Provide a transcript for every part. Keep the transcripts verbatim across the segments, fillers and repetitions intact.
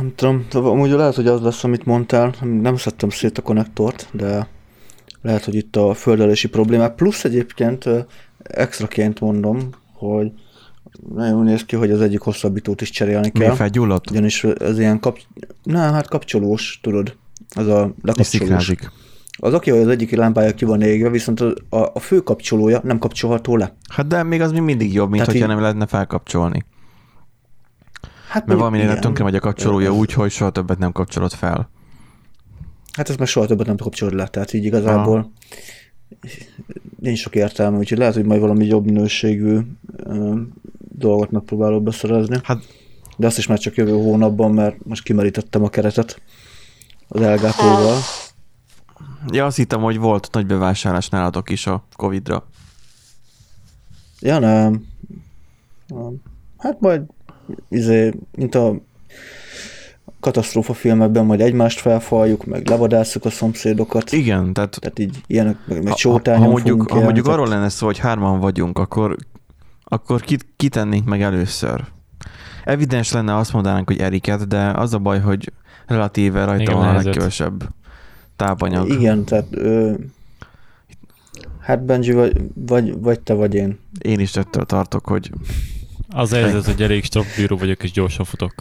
Nem tudom, amúgy lehet, hogy az lesz, amit mondtál. Nem szedtem szét a konnektort, de lehet, hogy itt a földelési problémák. Plusz egyébként extraként mondom, hogy nagyon néz ki, hogy az egyik hosszabbítót is cserélni kell. Mi felgyulladt? Ugyanis ez ilyen kap... Nem, hát kapcsolós, tudod. Az a lekapcsolós. Az oké, hogy az egyik lámpája ki van égve, viszont a, a, a fő kapcsolója nem kapcsolható le. Hát de még az még mindig jobb, mint Tehát hogyha így... nem lehetne felkapcsolni. Hát mert valaminél tönkre megy a kapcsolója ez... úgy, hogy soha többet nem kapcsolod fel. Hát ezt már soha többet nem kapcsolod le, tehát így igazából ha. Nincs sok értelme, úgyhogy lehet, hogy majd valami jobb minőségű ö, dolgot megpróbálok beszerezni. Hát... De azt is már csak jövő hónapban, mert most kimerítettem a keretet az elgátóval. Ja, azt hittem, hogy volt nagy bevásárlás nálatok is a Covidra. Ja, nem. Hát majd izé, mint a katasztrófa filmekben majd egymást felfaljuk, meg levadásszuk a szomszédokat. Igen, tehát... Tehát így ilyenek, meg, meg sótányon ha mondjuk, ha mondjuk tehát... arról lenne szó, hogy hárman vagyunk, akkor, akkor kit, kitennénk meg először. Evidens lenne, azt mondanánk, hogy Eriket, de az a baj, hogy relatíve rajta igen, van a legkevesebb tápanyag. Igen, tehát ö, hát Benji, vagy, vagy, vagy te, vagy én. Én is ettől tartok, hogy... Az a helyzet, hogy elég stoppbíró vagyok, és gyorsan futok.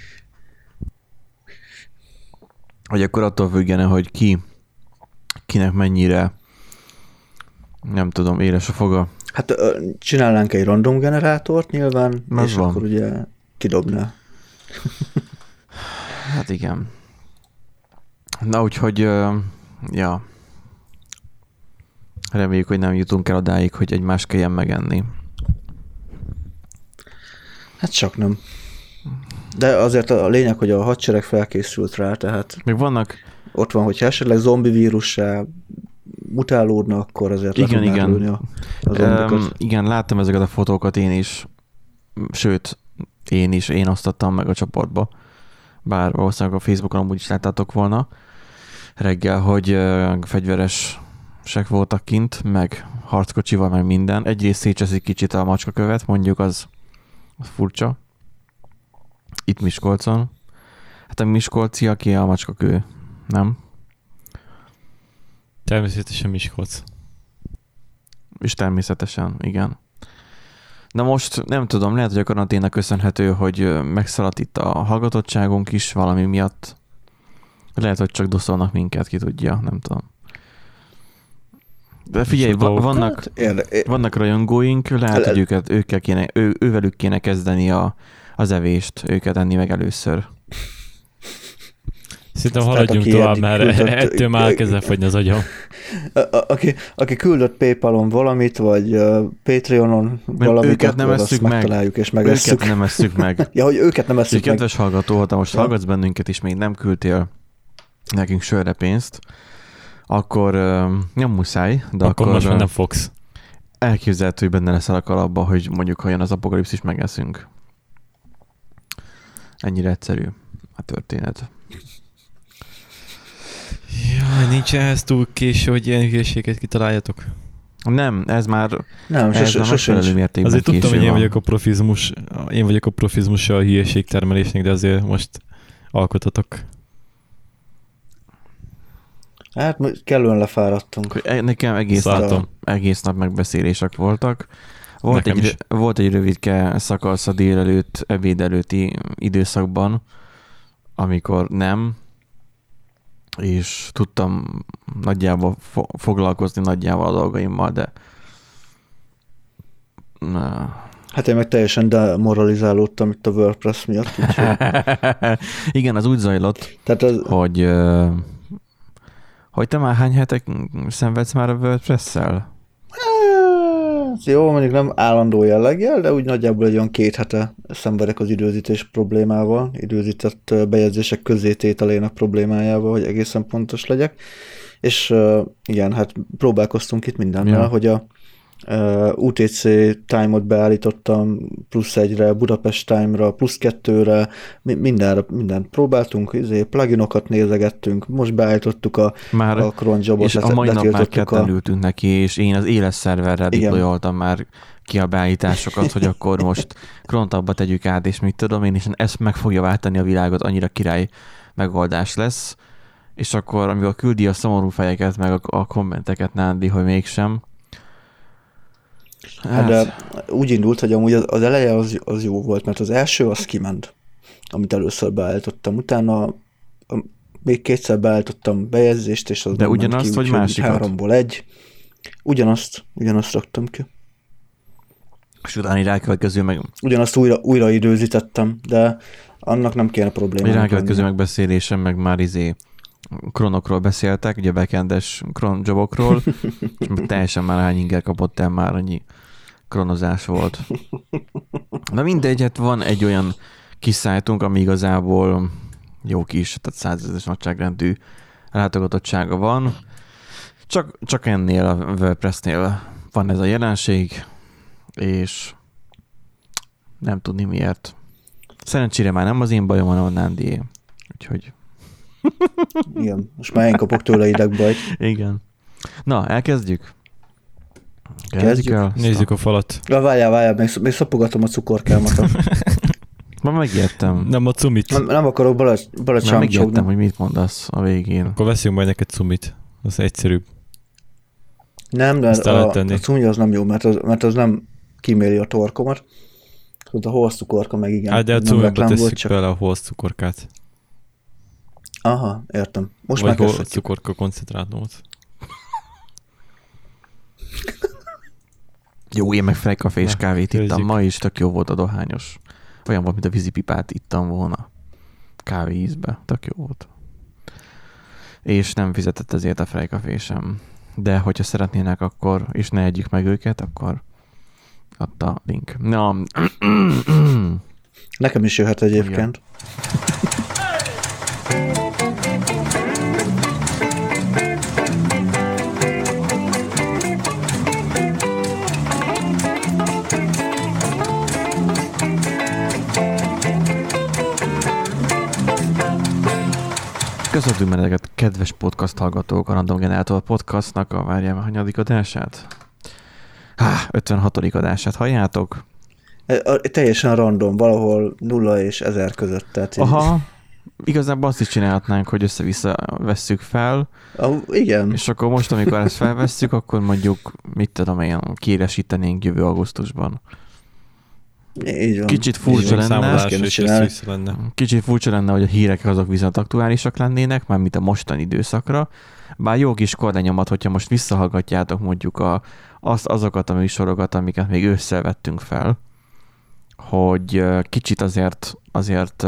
Hogy akkor attól függene, hogy ki, kinek mennyire, nem tudom, éles a foga. Hát ö, csinálnánk egy random generátort nyilván, az és van. Akkor ugye kidobná. Hát igen. Na úgyhogy, uh, ja, reméljük, hogy nem jutunk el odáig, hogy egymást kelljen megenni. Hát csak nem. De azért a lényeg, hogy a hadsereg felkészült rá, tehát még vannak... ott van, hogyha esetleg zombi vírussá mutálódna, akkor azért igen, le tudnák igen. a, a zombikat. Um, igen, láttam ezeket a fotókat én is, sőt, én is, én osztottam meg a csoportba, bár valószínűleg a Facebookon amúgy is láttátok volna reggel, hogy uh, fegyveresek voltak kint, meg harckocsival, meg minden. Egyrészt szétcseszik kicsit a macskakövet, mondjuk az, az furcsa. Itt Miskolcon. Hát a miskolci, aki a macskakő, nem? Természetesen Miskolc. És természetesen, igen. Na most nem tudom, lehet, hogy a karanténnak köszönhető, hogy megszaladt itt a hallgatottságunk is valami miatt. Lehet, hogy csak doszolnak minket, ki tudja, nem tudom. De figyelj, va- vannak, vannak rajongóink, lehet, hogy őket, őkkel kéne, ő, ővelük kéne kezdeni a, az evést, őket enni meg először. Szerintem haladjunk tovább, mert küldött, ettől már elkezdem fogyni az agyam. Aki, aki küldött PayPal-on valamit, vagy uh, Patreonon valamit, őket nem esszük meg. Megtaláljuk és megesszük. Őket nem esszük meg. Ja, hogy őket nem esszük meg. Kedves hallgató, ha most ja. hallgatsz bennünket, és még nem küldtél nekünk sörre pénzt, akkor uh, nem muszáj, de akkor... Akkor most már nem fogsz. Elképzelhető, hogy benne leszel a kalapba, hogy mondjuk, ha jön az apokalipszis, megeszünk. Ennyire egyszerű a történet. Jaj, nincs ehhez túl késő, hogy ilyen hülyeséget kitaláljatok? Nem, ez már nem, ez sose, nem megfelelő mértékben azért tudtam, hogy én van. vagyok a profizmus, én vagyok a profizmus a hülyeségtermelésnek, de azért most alkotatok. Hát kellően lefáradtunk. Nekem egész nap, egész nap megbeszélések voltak. Volt egy, volt egy rövidke szakasz a délelőtt, ebéd előtti időszakban, amikor nem, és tudtam nagyjából fo- foglalkozni nagyjából a dolgaimmal, de na. Hát én meg teljesen demoralizálódtam itt a WordPress miatt. Igen, az úgy zajlott, Tehát az... hogy, hogy te már hány hetek szenvedsz már a WordPress-szel? Jó, mondjuk nem állandó jelleggel, de úgy nagyjából egy olyan két hete szenvedek az időzítés problémával, időzített bejegyzések közzétételének problémájával, hogy egészen pontos legyek. És igen, hát próbálkoztunk itt mindennel, ja. hogy a u té cé time-ot beállítottam plusz egyre, Budapest time-ra, plusz kettőre, mindenre, mindent próbáltunk, izé, pluginokat nézegettünk, most beállítottuk a, már, a cron jobot. És a mai nap már ketten a... ültünk neki, és én az éles szerverrel deployoltam már kiabálításokat, hogy akkor most Crontabba tegyük át, és mit tudom én, és ez meg fogja váltani a világot, annyira király megoldás lesz, és akkor, amikor küldi a szomorú fejeket, meg a, a kommenteket Nándi, hogy mégsem. Hát, hát de úgy indult, hogy amúgy az, az eleje az, az jó volt, mert az első az kiment, amit először beállítottam. Utána a, még kétszer beállítottam bejegyzést, és az de ugyanazt, ki, vagy másikat? Háromból egy. Ugyanazt, ugyanazt raktam ki. És utána egy rákövetkező meg... Ugyanazt újra, újra időzítettem, de annak nem kéne probléma. Egy rákövetkező megbeszélésen meg már izé kronokról beszéltek, ugye backendes kronjobokról, és teljesen már hány inger kapott el, már annyi kronozás volt. De mindegy, hát van egy olyan kis szájtunk, ami igazából jó kis, tehát százezres nagyságrendű látogatottsága van. Csak, csak ennél a WordPress-nél van ez a jelenség, és nem tudni miért. Szerencsére már nem az én bajom, hanem a Nándié. Úgyhogy... Igen, most már én kapok tőle idegbajt. Igen. Na, elkezdjük? Kezdjük. El? Nézzük a falat. Ja, várjál, várjál, még, még szopogatom a cukorkámat. Ma megijedtem. Nem a cumit. Nem, nem akarok belecsomcsogni. Nem megijedtem, hogy mit mondasz a végén. Akkor veszünk majd neked cumit. Az egyszerűbb. Nem, de a, a cumi az nem jó, mert az, mert az nem kíméli a torkomat. A holsz cukorka meg igen. Hát de a cumiba tesszük csak... bele a holsz cukorkát. Aha, értem. Most vagy már kezdhetjük. cukorka koncentrátumot. Jó, én meg fejkafés kávét ittam ma is, tök jó volt a dohányos. Olyan volt, mint a vízipipát ittam volna. Kávé ízbe, tök jó volt. És nem fizetett ezért a fejkafé sem. De hogyha szeretnének, akkor, és ne együk meg őket, akkor ott a link. Na. Nekem is jöhet egyébként. Köszöntünk benneteket, kedves podcast hallgatók, a Random Generator podcastnak a várjál hanyadik adását? Há, ötvenhatodik adását halljátok? E, a, teljesen random, valahol nulla és ezer között. Tehát aha, igazából azt is csinálhatnánk, hogy össze-vissza vesszük fel. Ah, igen. És akkor most, amikor ezt felvesszük, akkor mondjuk, mit tudom én, kiélesítenénk jövő augusztusban. Így van. Kicsit furcsa lenne, lenne. Kicsit furcsa lenne, hogy a hírek azok viszont aktuálisak lennének, már mint a mostani időszakra. Bár jó kis kordenyomat, hogyha most visszahallgatjátok mondjuk a, az, azokat a műsorokat, amiket még ősszel vettünk fel, hogy kicsit azért, azért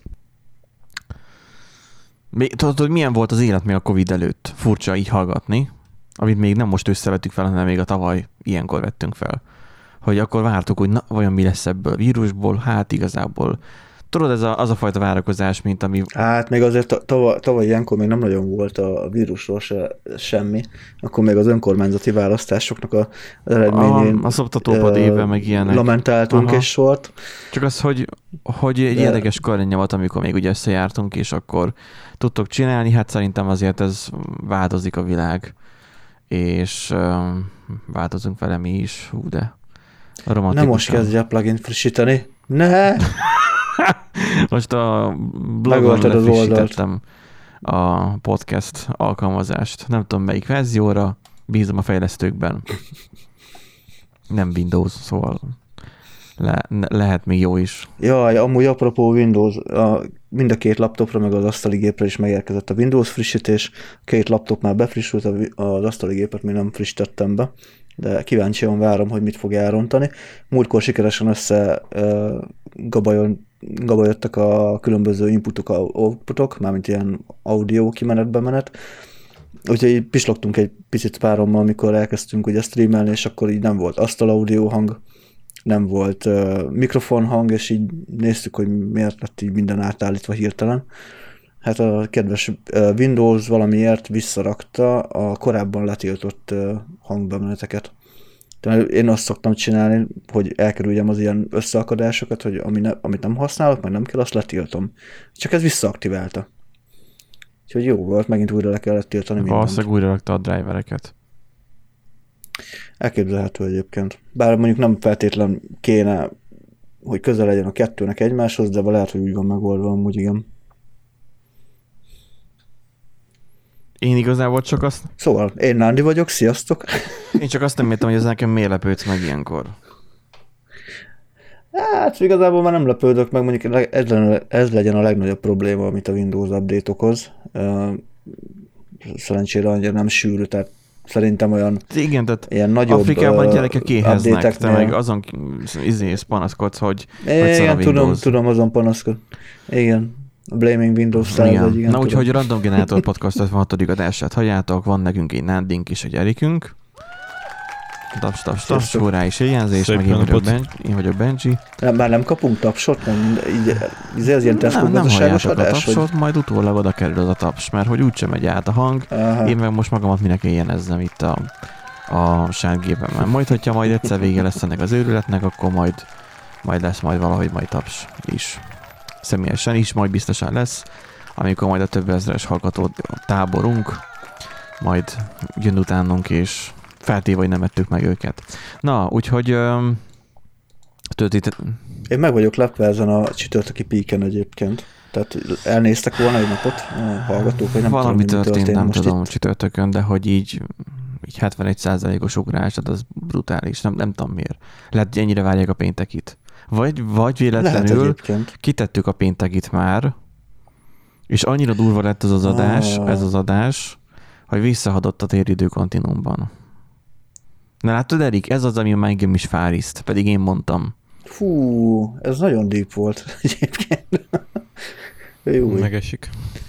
még, tudod, hogy milyen volt az élet még a Covid előtt? Furcsa így hallgatni, amit még nem most összevettük fel, hanem még a tavaly ilyenkor vettünk fel. Hogy akkor vártuk, hogy na, vajon mi lesz ebből a vírusból, hát igazából. Tudod, ez a, az a fajta várakozás, mint ami... Hát még azért tavaly, tavaly ilyenkor még nem nagyon volt a vírusról se, semmi. Akkor még az önkormányzati választásoknak a, az eredményén... A, a szoptatópad éve, meg ilyenek. Lamentáltunk aha. és sort. Csak az, hogy, hogy egy De... érdekes karnyavat, amikor még ugye összejártunk, és akkor tudtok csinálni, hát szerintem azért ez változik a világ. És um, változunk vele mi is, hú, de... Nem most kezdje a plugin frissíteni. Ne! Most a blogon lefrissítettem a podcast alkalmazást. Nem tudom melyik verzióra, bízom a fejlesztőkben. Nem Windows, szóval le, lehet még jó is. Jaj, amúgy apropó Windows, a, mind a két laptopra, meg az asztali gépre is megérkezett a Windows frissítés. A két laptop már befrissült, az asztali gépet még nem frissítettem be, de kíváncsian várom, hogy mit fog elrontani. Múltkor sikeresen össze uh, gabajon, gabajodtak a különböző inputok, outputok, mármint ilyen audio kimenetbe menet. Úgyhogy pislogtunk egy picit párommal, amikor elkezdtünk ugye streamelni, és akkor így nem volt asztal audio hang, nem volt uh, mikrofon hang, és így néztük, hogy miért lett így minden átállítva hirtelen. Hát a kedves uh, Windows valamiért visszarakta a korábban letiltott uh, hangbemeneteket. Tehát én azt szoktam csinálni, hogy elkerüljem az ilyen összeakadásokat, hogy ami ne, amit nem használok, meg nem kell, azt letiltom. Csak ez visszaaktiválta. Úgyhogy jó volt, megint újra le kellett tiltani mindent. Valószínűleg újra rakta a drivereket. Elképzelhető egyébként. Bár mondjuk nem feltétlen kéne, hogy közel legyen a kettőnek egymáshoz, de lehet, hogy úgy van megoldva, amúgy igen. Én igazából csak azt... Szóval, én Nándi vagyok, sziasztok! Én csak azt nem értem, hogy ez nekem miért lepődsz meg ilyenkor. Hát igazából már nem lepődök meg, mondjuk ez, ez legyen a legnagyobb probléma, amit a Windows Update okoz. Szerencsére annyira nem sűrű, tehát szerintem olyan igen, tehát ilyen nagyobb Afrikában gyerekek éheznek, te meg azon izé, panaszkodsz, hogy igen, tudom, tudom, azon panaszkod. Igen, a Blaming Windows száz egy, igen. igen Na úgyhogy Random Generator Podcast ötvenhatodik adását halljátok, van nekünk egy Nándink és egy Erikünk. Taps, taps, taps, órá is éjjelzés, meg én vagyok, ben, én vagyok Benji. Nem, már nem kapunk tapsot? Nem, így, így ez ilyen nem, nem halljátok a tapsot, hogy... majd utólag oda kerül az a taps, mert hogy úgysem megy át a hang. Aha. Én meg most magamat minek éjjenezzem itt a, a sárgépemmel. Majd, hogyha majd egyszer vége lesz ennek az őrületnek, akkor majd, majd lesz majd valahogy majd taps is. Személyesen is majd biztosan lesz, amikor majd a több ezres hallgató táborunk, majd jön utánunk, és feltéve, hogy nem ettük meg őket. Na, úgyhogy um, történt... Én meg vagyok lepve ezen a csütörtöki píken egyébként. Tehát elnéztek volna egy napot a hallgatók, hogy nem valami tudom, történt, történt nem tudom itt. Csütörtökön, de hogy így, így hetvenegy százalékos ugrás, tehát az brutális, nem, nem tudom miért. Lehet, hogy ennyire várják a péntekit. Vagy, vagy véletlenül kitettük a péntekit már, és annyira durva lett az az adás, ah. ez az adás, hogy visszahadott a téridő kontinúmban. Na látod, Erik, ez az, ami engem is fáriszt, pedig én mondtam. Fú, ez nagyon deep volt egyébként. Megesik.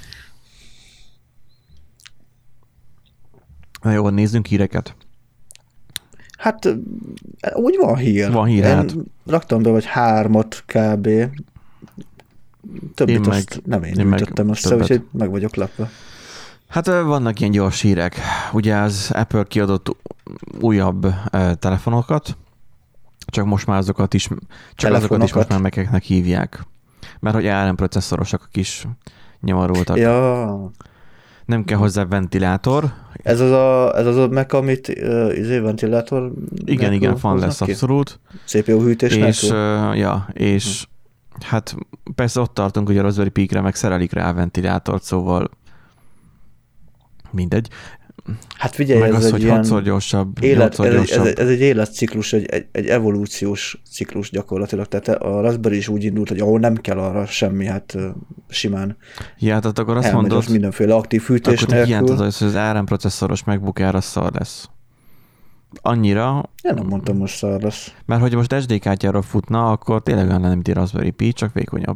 Na jó, nézzünk híreket. Hát, úgy van hír. Van hír, én hát. Raktam be, vagy hármat kb. Többit én azt meg, nem én, én gyűjtöttem össze, úgyhogy meg vagyok lepve. Hát vannak ilyen gyors hírek. Ugye az Apple kiadott újabb uh, telefonokat, csak most már azokat is, csak azokat is most már Mac-eknek hívják. Mert hogy á er em processzorosak a kis nyomarultak. Ja. Nem kell hozzá ventilátor. Ez az a, ez az a Mac, amit uh, izé ventilátor... Igen, igen, fan lesz ki? Abszolút. cé pé u hűtés és, uh, ja, és hm. hát persze ott tartunk, hogy a Raspberry Pi-re meg szerelik rá a ventilátort, szóval mindegy. Hát figyelj, meg ez az, egy hogy ilyen hatszor gyorsabb, élet, ez, gyorsabb. Ez, ez egy életciklus, egy, egy, egy evolúciós ciklus gyakorlatilag. Tehát a Raspberry is úgy indult, hogy ahol nem kell arra semmi, hát simán ja, tehát akkor azt mondod, az mindenféle aktív fűtés akkor nélkül. Akkor hogy az á er em processzoros MacBook Air az szar lesz. Annyira... Én nem mondtam, most szar lesz. Mert hogy most es dé kártyára futna, akkor tényleg olyan lenne, mint egy Raspberry Pi, csak vékonyabb.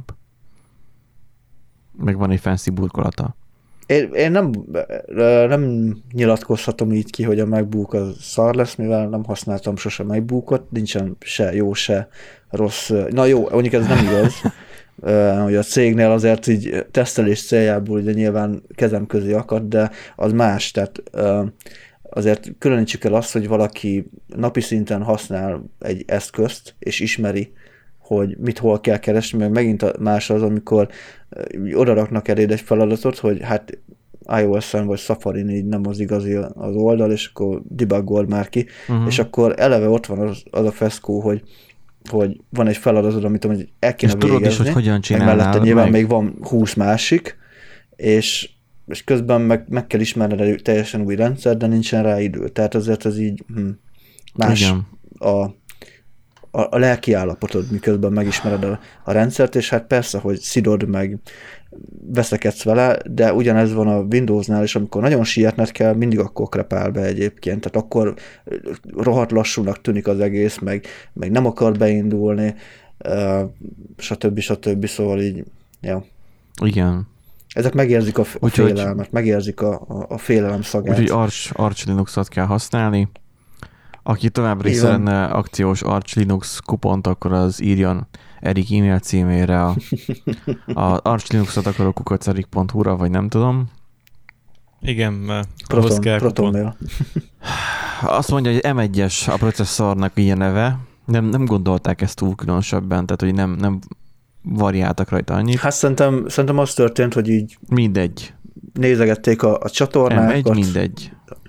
Meg van egy fancy burkolata. Én, én nem, nem nyilatkozhatom így ki, hogy a MacBook az szar lesz, mivel nem használtam sose MacBookot, nincsen se jó, se rossz. Na jó, mondjuk ez nem igaz, hogy a cégnél azért így tesztelés céljából ugye nyilván kezem közé akad, de az más, tehát azért különítsük el azt, hogy valaki napi szinten használ egy eszközt, és ismeri, hogy mit hol kell keresni, meg megint más az, amikor oda raknak eléd egy feladatot, hogy hát iOS-en vagy Safari-n így nem az igazi az oldal, és akkor debuggold már ki, uh-huh. és akkor eleve ott van az, az a feszkó, hogy, hogy van egy feladatod, amit hogy el kéne és végezni. tudod is, hogy hogyan csinálnál. Meg mellette nyilván meg. még van húsz másik, és, és közben meg, meg kell ismerned egy teljesen új rendszer, de nincsen rá idő. Tehát azért ez így hm, más igen. a A, a lelki állapotod, miközben megismered a, a rendszert, és hát persze, hogy szidod meg, veszekedsz vele, de ugyanez van a Windowsnál, és amikor nagyon sietned kell, mindig akkor krepál be egyébként, tehát akkor rohadt lassúnak tűnik az egész, meg, meg nem akar beindulni, uh, stb. stb. Szóval így, ja. Igen. Ezek megérzik a, a úgy, félelmet, hogy... megérzik a, a, a félelem szagát. Úgyhogy Arch, Arch Linuxot kell használni. Aki továbbra is szeretne akciós Arch Linux kupont, akkor az írjon Erik e-mail címére a, a Arch Linuxot akarok kukac erik pont hu-ra, vagy nem tudom. Igen, mert Proton, ahhoz kell Proton Azt mondja, hogy em egyes a processzornak ilyen neve. Nem, nem gondolták ezt túl különösebben, tehát hogy nem, nem variáltak rajta annyit. Hát szerintem, szerintem az történt, hogy így mindegy. Nézegették a, a csatornákat. em egy mindegy.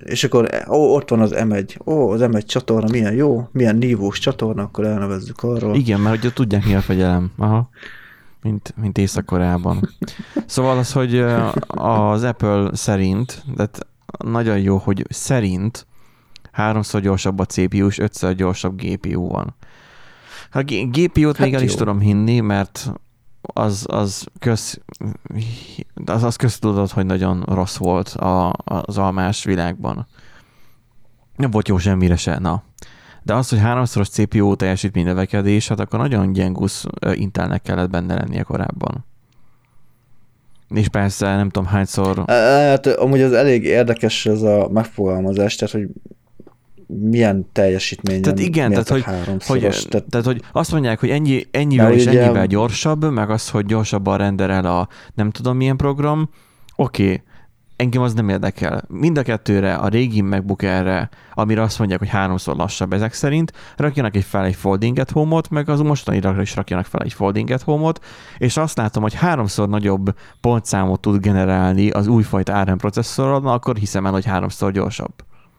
és akkor ó, ott van az em egy, ó, az em egy csatorna, milyen jó, milyen nívós csatorna, akkor elnevezzük arról. Igen, mert ugye tudják, mi a fegyelem. Aha. Mint, mint Észak-Koreában. Szóval az, hogy az Apple szerint, de nagyon jó, hogy szerint háromszor gyorsabb a cé pé u, és ötször gyorsabb gé pé u van. A gé pé u-t hát még el is tudom hinni, mert az, az, köz, az, az köztudott, hogy nagyon rossz volt a, az almás világban. Nem volt jó semmire se, na. De az, hogy háromszoros cé pé u teljesítmény növekedés, hát akkor nagyon gyengusz Intelnek kellett benne lennie korábban. És persze nem tudom hányszor... Hát amúgy az elég érdekes ez a megfogalmazás, tehát hogy milyen teljesítményen tehát igen, tehát hogy, hogy, tehát, tehát hogy azt mondják, hogy ennyi, ennyivel és ugye... ennyivel gyorsabb, meg az, hogy gyorsabban renderel a nem tudom milyen program, oké, okay, engem az nem érdekel. Mind a kettőre, a régi MacBook Air-re, amire azt mondják, hogy háromszor lassabb ezek szerint, rakjanak egy fel egy Folding at Home-ot, meg az mostanira is rakjanak fel egy Folding at Home-ot, és azt látom, hogy háromszor nagyobb pontszámot tud generálni az újfajta á rám processzorral, akkor hiszem el, hogy háromszor gyorsabb.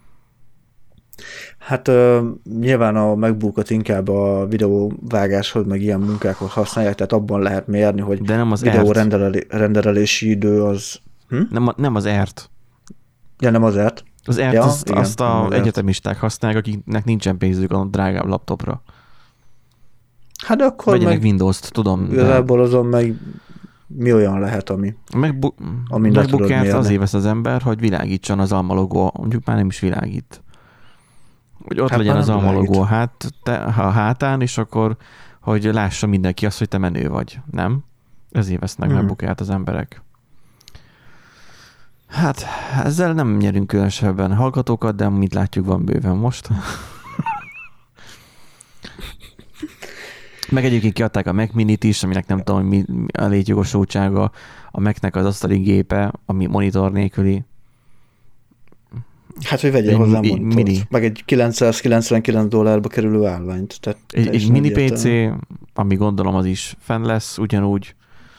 Hát uh, nyilván a MacBookot inkább a videóvágáshoz, meg ilyen munkákhoz használják, tehát abban lehet mérni, hogy de nem az videó renderelé- renderelési idő az... Hm? Nem, nem az ert. Ja, nem az ert. Az ert ja, azt, igen, azt a egyetemisták használják, akiknek nincsen pénzük a drágább laptopra. Hát akkor vegyenek meg... Windows-t, tudom. Igazából de... azon meg mi olyan lehet, ami... MacBook, MacBook Air-t azért vesz az ember, hogy világítson az almalogó, mondjuk már nem is világít. Hogy ott hát legyen az almalogó a, hát, te, a hátán, és akkor, hogy lássa mindenki azt, hogy te menő vagy, nem? Ezért vesznek mm. MacBook Air-t az emberek. Hát, ezzel nem nyerünk különösebben hallgatókat, de mit látjuk, van bőven most. Meg egyébként kiadták a Mac Minit is, aminek nem tudom, mi a létjogosultsága, a Mac-nek az asztali gépe, ami monitor nélküli. Hát, hogy vegyél hozzá monitort. Meg egy kilencszázkilencvenkilenc dollárba kerülő állványt. Tehát egy egy mini pé cé, ami gondolom az is fenn lesz, ugyanúgy.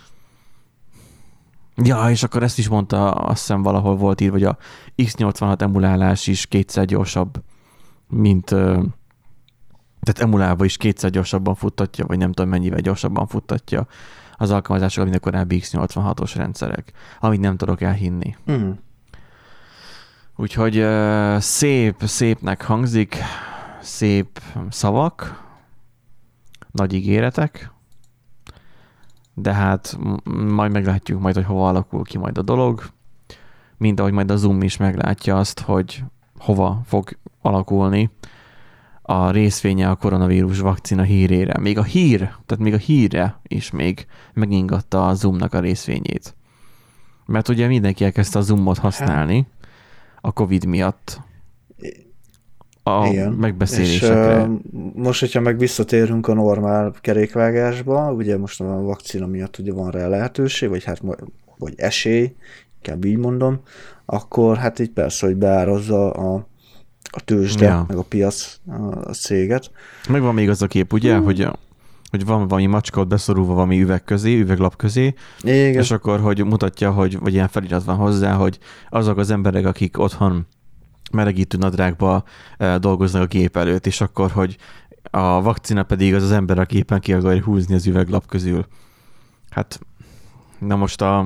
Ja, és akkor ezt is mondta, azt hiszem valahol volt írva, hogy a iksz nyolcvanhat emulálás is kétszer gyorsabb, mint, tehát emulálva is kétszer gyorsabban futtatja, vagy nem tudom mennyivel gyorsabban futtatja az alkalmazásokat, mint a korábbi iksz nyolcvanhatos rendszerek, amit nem tudok elhinni. Mm. Úgyhogy szép, szépnek hangzik, szép szavak, nagy ígéretek, de hát majd meglátjuk majd, hogy hova alakul ki majd a dolog, mint ahogy majd a Zoom is meglátja azt, hogy hova fog alakulni a részvénye a koronavírus vakcina hírére. Még a hír, tehát még a hírre is még megingatta a Zoomnak a részvényét. Mert ugye mindenki elkezdte a Zoomot használni a Covid miatt a igen. megbeszélésekre. És, uh, most, hogyha meg visszatérünk a normál kerékvágásba, ugye most a vakcina miatt ugye van rá lehetőség, vagy hát vagy esély, inkább így mondom, akkor hát így persze, hogy beárazza a, a tőzsde, ja. meg a piac a, a céget. Meg van még az a kép, ugye, hmm. hogy, hogy van valami macska ott beszorulva valami üveg közé, üveglap közé, igen. és akkor, hogy mutatja, hogy, vagy ilyen felirat van hozzá, hogy azok az emberek, akik otthon melegítő nadrágba e, dolgoznak a gép előtt, és akkor, hogy a vakcina pedig az az ember, aki éppen ki akarja húzni az üveglap közül. Hát, na most a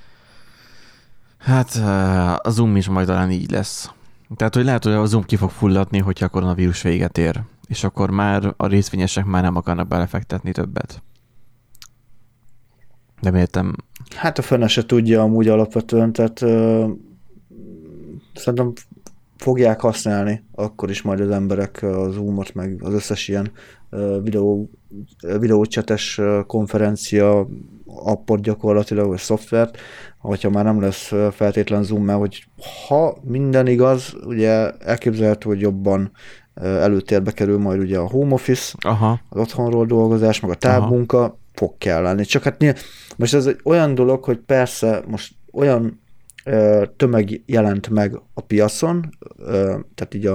hát a Zoom is majd talán így lesz. Tehát, hogy lehet, hogy a Zoom ki fog fulladni, hogyha a koronavírus véget ér, és akkor már a részvényesek már nem akarnak belefektetni többet. Nem értem. Hát a fene se tudja amúgy alapvetően, tehát uh, szerintem fogják használni akkor is majd az emberek a Zoomot, meg az összes ilyen uh, videó, videócsetes uh, konferencia appot gyakorlatilag, vagy szoftvert, hogyha már nem lesz feltétlen Zoom, mert hogy ha minden igaz, ugye elképzelhető, hogy jobban előtérbe kerül majd ugye a home office, aha. az otthonról dolgozás, meg a távmunka, aha. fog kelleni. Csak hát nyilván, most ez egy olyan dolog, hogy persze most olyan ö, tömeg jelent meg a piacon, ö, tehát így a,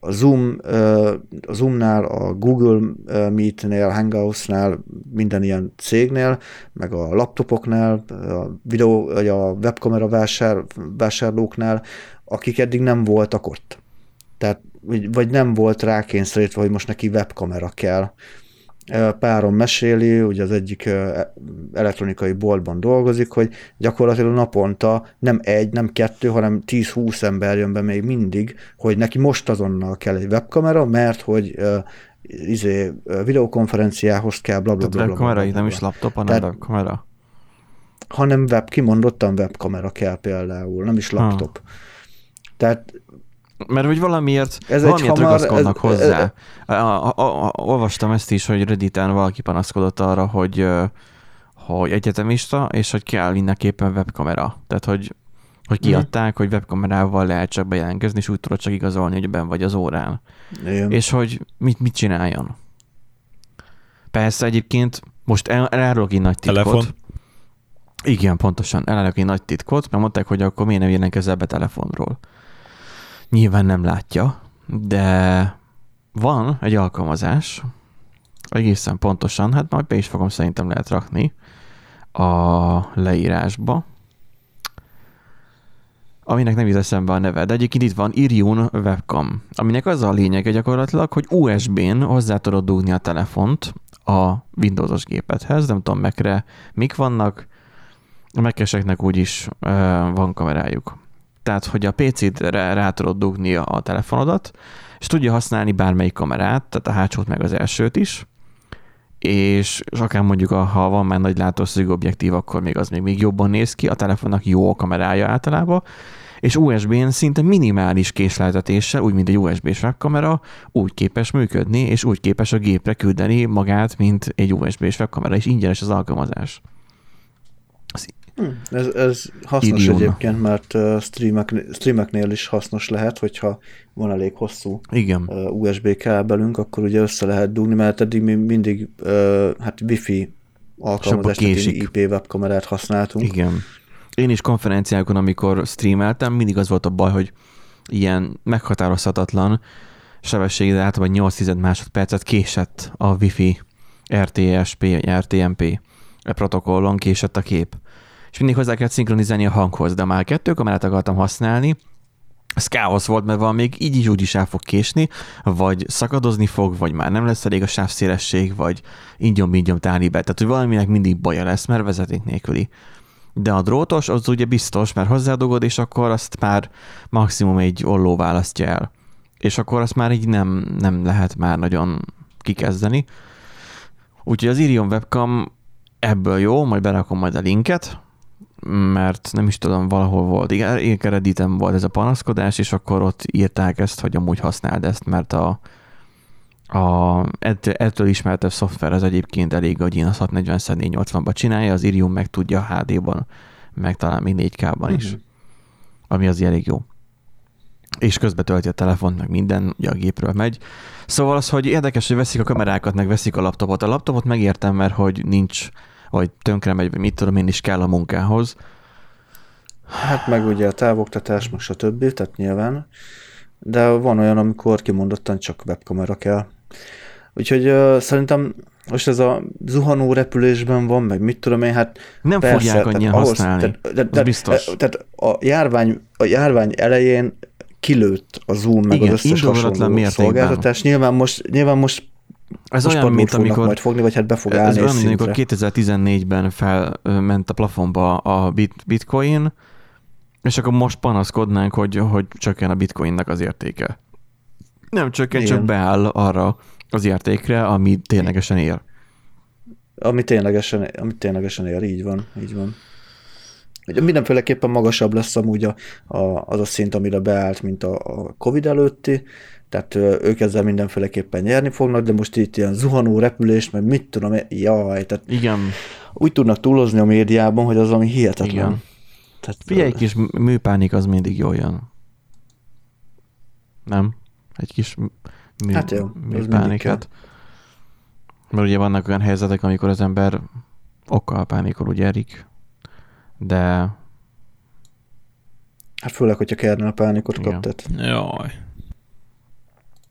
a Zoom, a Zoomnál, a Google Meetnél, Hangoutsnál, minden ilyen cégnél, meg a laptopoknál, a videó, vagy a webkamera vásár, vásárlóknál, akik eddig nem voltak ott. Tehát, vagy nem volt rákényszerítve, hogy most neki webkamera kell. Párom meséli, ugye az egyik elektronikai boltban dolgozik, hogy gyakorlatilag naponta nem egy, nem kettő, hanem tíz-húsz ember jön be még mindig, hogy neki most azonnal kell egy webkamera, mert hogy uh, izé, videokonferenciához kell blablabla. Tehát webkamera, nem is laptop, hanem Tehát, webkamera? Hanem web, kimondottan webkamera kell például, nem is laptop. Ha. Tehát mert hogy valamiért, ez valamiért hamar, ragaszkodnak ez, hozzá. Ez, a, a, a, a, olvastam ezt is, hogy Redditen valaki panaszkodott arra, hogy, hogy egyetemista, és hogy kell mindenképpen webkamera. Tehát, hogy, hogy kiadták, hmm. hogy webkamerával lehet csak bejelentkezni, és úgy tudod csak igazolni, hogy benn vagy az órán. Igen. És hogy mit, mit csináljon. Persze egyébként most el, elárulok egy nagy titkot. Telefon? Igen, pontosan. Elárulok egy nagy titkot, mert mondták, hogy akkor miért nem jelentkezel be telefonról. Nyilván nem látja, de van egy alkalmazás, egészen pontosan, hát majd be is fogom szerintem lehet rakni a leírásba, aminek nem jut eszembe a neve, de egyébként itt van Irion Webcam, aminek az a lényege gyakorlatilag, hogy u es bén hozzá tudod dugni a telefont a Windowsos gépedhez, nem tudom Mac-re mik vannak, a Mac-eseknek úgyis uh, van kamerájuk. Tehát, hogy a pé cé-re rá tudod dugni a telefonodat, és tudja használni bármelyik kamerát, tehát a hátsót meg az elsőt is, és, és akár mondjuk, ha van már nagy látószögű objektív, akkor még az még, még jobban néz ki, a telefonnak jó a kamerája általában, és u es bén szinte minimális késleltetéssel, úgy mint egy u es bé-s webkamera, úgy képes működni, és úgy képes a gépre küldeni magát, mint egy u es bé-s webkamera, és ingyenes az alkalmazás. Ez, ez hasznos Idion. Egyébként, mert uh, streamek, streameknél is hasznos lehet, hogyha van elég hosszú Igen. Uh, u es bé kábelünk, akkor ugye össze lehet dugni, mert eddig mi mindig uh, hát wifi alkalmazást, i pé webkamerát használtunk. Igen. Én is konferenciákon, amikor streameltem, mindig az volt a baj, hogy ilyen meghatározhatatlan sebesség, de általában nyolc másodpercet késett a wifi er té es pé, er té em pé protokollon késett a kép. És mindig hozzá kellett szinkronizálni a hanghoz, de már kettő kamerát akartam használni, ez káosz volt, mert van még így is úgy is el fog késni, vagy szakadozni fog, vagy már nem lesz elég a sávszélesség, vagy ingyom-ingyom táli be. Tehát, hogy valaminek mindig baja lesz, mert vezeték nélküli. De a drótos, az ugye biztos, mert hozzádugod, és akkor azt már maximum egy olló választja el. És akkor azt már így nem, nem lehet már nagyon kikezdeni. Úgyhogy az Irion Webcam ebből jó, majd berakom majd a linket, mert nem is tudom, valahol volt. Igen, én Redditen volt ez a panaszkodás, és akkor ott írták ezt, hogy amúgy használd ezt, mert a, a ettől ismertebb szoftver az egyébként elég, hogy én az hatszáznegyven négyszáznyolcvanba csinálja, az Irion meg tudja há dé-ban, meg talán még négy ká-ban is, mm-hmm. ami az elég jó. És közben tölti a telefont, meg minden, ugye a gépről megy. Szóval az, hogy érdekes, hogy veszik a kamerákat, meg veszik a laptopot. A laptopot megértem, mert hogy nincs, vagy tönkre megy, vagy mit tudom én, is kell a munkához. Hát meg ugye a távoktatás, meg stb. Tehát nyilván. De van olyan, amikor kimondottan csak webkamera kell. Úgyhogy uh, szerintem most ez a zuhanó repülésben van, meg mit tudom én, hát nem persze, fogják annyian ahhoz, használni, tehát, tehát, az biztos. Tehát a járvány, a járvány elején kilőtt a Zoom, meg igen, az összes hasonló szolgáltatás. Nyilván most, nyilván most ez most olyan, mint amikor majd fogni, vagy hát be fog állni. Ez olyan, mint amikor kétezer-tizennégyben felment a plafonba a bit, bitcoin, és akkor most panaszkodnánk, hogy, hogy csökken a bitcoinnak az értéke. Nem csökken, igen. Csak beáll arra az értékre, ami ténylegesen ér. Ami ténylegesen, ami ténylegesen ér, így van, így van. Mindenféleképpen magasabb lesz amúgy a, a, az a szint, amire beállt, mint a, a Covid előtti, tehát ők ezzel mindenféleképpen nyerni fognak, de most itt ilyen zuhanó repülés, meg mit tudom, jaj, tehát igen. Úgy tudnak túlozni a médiában, hogy az ami hihetetlen. Igen. Tehát, figyelj, kis műpánik az mindig jól jön. Nem? Egy kis mű, hát jó, műpániket. Mert ugye vannak olyan helyzetek, amikor az ember okkal pánikol, ugye Erik? De... Hát főleg, hogyha kernel pánikot kap, tehát... Jaj.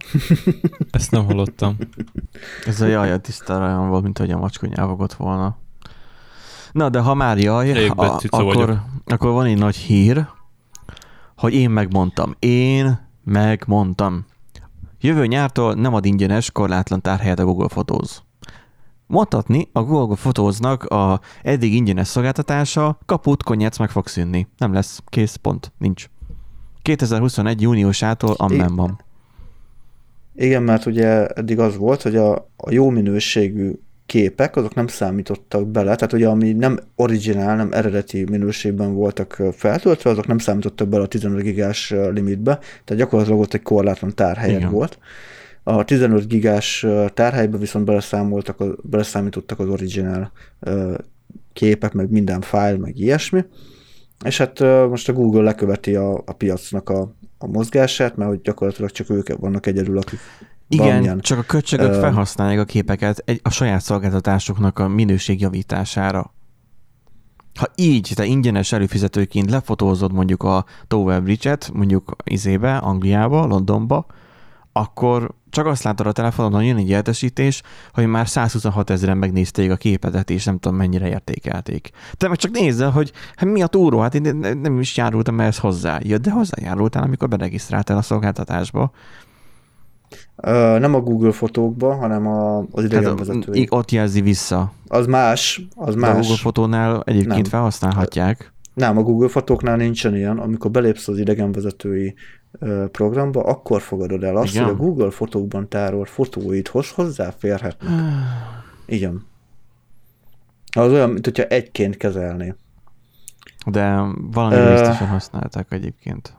Ezt nem hallottam. Ez a jaj, a tisztára olyan volt, mint hogy a macska nyávogott volna. Na, de ha már jaj, a, akkor, akkor van egy nagy hír, hogy én megmondtam. Én megmondtam. Jövő nyártól nem ad ingyenes, korlátlan tárhelyet a Google Photos. Mondhatni, a Google Photos-nak a eddig ingyenes szolgáltatása kaput, konyec meg fog szűnni. Nem lesz. Kész, pont. Nincs. kétezer-huszonegy júniusától ammen van. Igen, mert ugye eddig az volt, hogy a, a jó minőségű képek, azok nem számítottak bele, tehát ugye ami nem originál, nem eredeti minőségben voltak feltöltve, azok nem számítottak bele a tizenöt gigás limitbe, tehát gyakorlatilag ott egy korlátlan tárhelyed volt. A tizenöt gigás tárhelybe viszont beleszámoltak, beleszámítottak az originál képek, meg minden fájl, meg ilyesmi. És hát most a Google leköveti a, a piacnak a, a mozgását, mert hogy gyakorlatilag csak ők vannak egyedül, akik igen, valamilyen, csak a köcsögök uh, felhasználják a képeket egy, a saját szolgáltatásoknak a minőségjavítására. Ha így, te ingyenes előfizetőként lefotózod mondjuk a Tower Bridge-et, mondjuk izébe, Angliába, Londonba, akkor csak azt látod a telefonon, hogy jön egy értesítés, hogy már százhuszonhat ezeren megnézték a képedet, és nem tudom mennyire értékelték. Te meg csak nézzel, hogy hát mi a túró, hát én nem is járultam ehhez hozzá. Ja, de hozzájárultál, amikor beregisztráltál a szolgáltatásba. Uh, nem a Google fotókba, hanem a, az idegenvezetői. Hát, ott jelzi vissza. Az más, az de más. a Google fotónál egyébként nem felhasználhatják. Nem, a Google fotóknál nincsen ilyen, amikor belépsz az idegenvezetői uh, programba, akkor fogadod el azt, igen, hogy a Google fotókban tárolt fotóidhoz hozzáférhetnek. Igen. Az olyan, mint hogyha egyként kezelné. De valami uh, biztosan használták egyébként.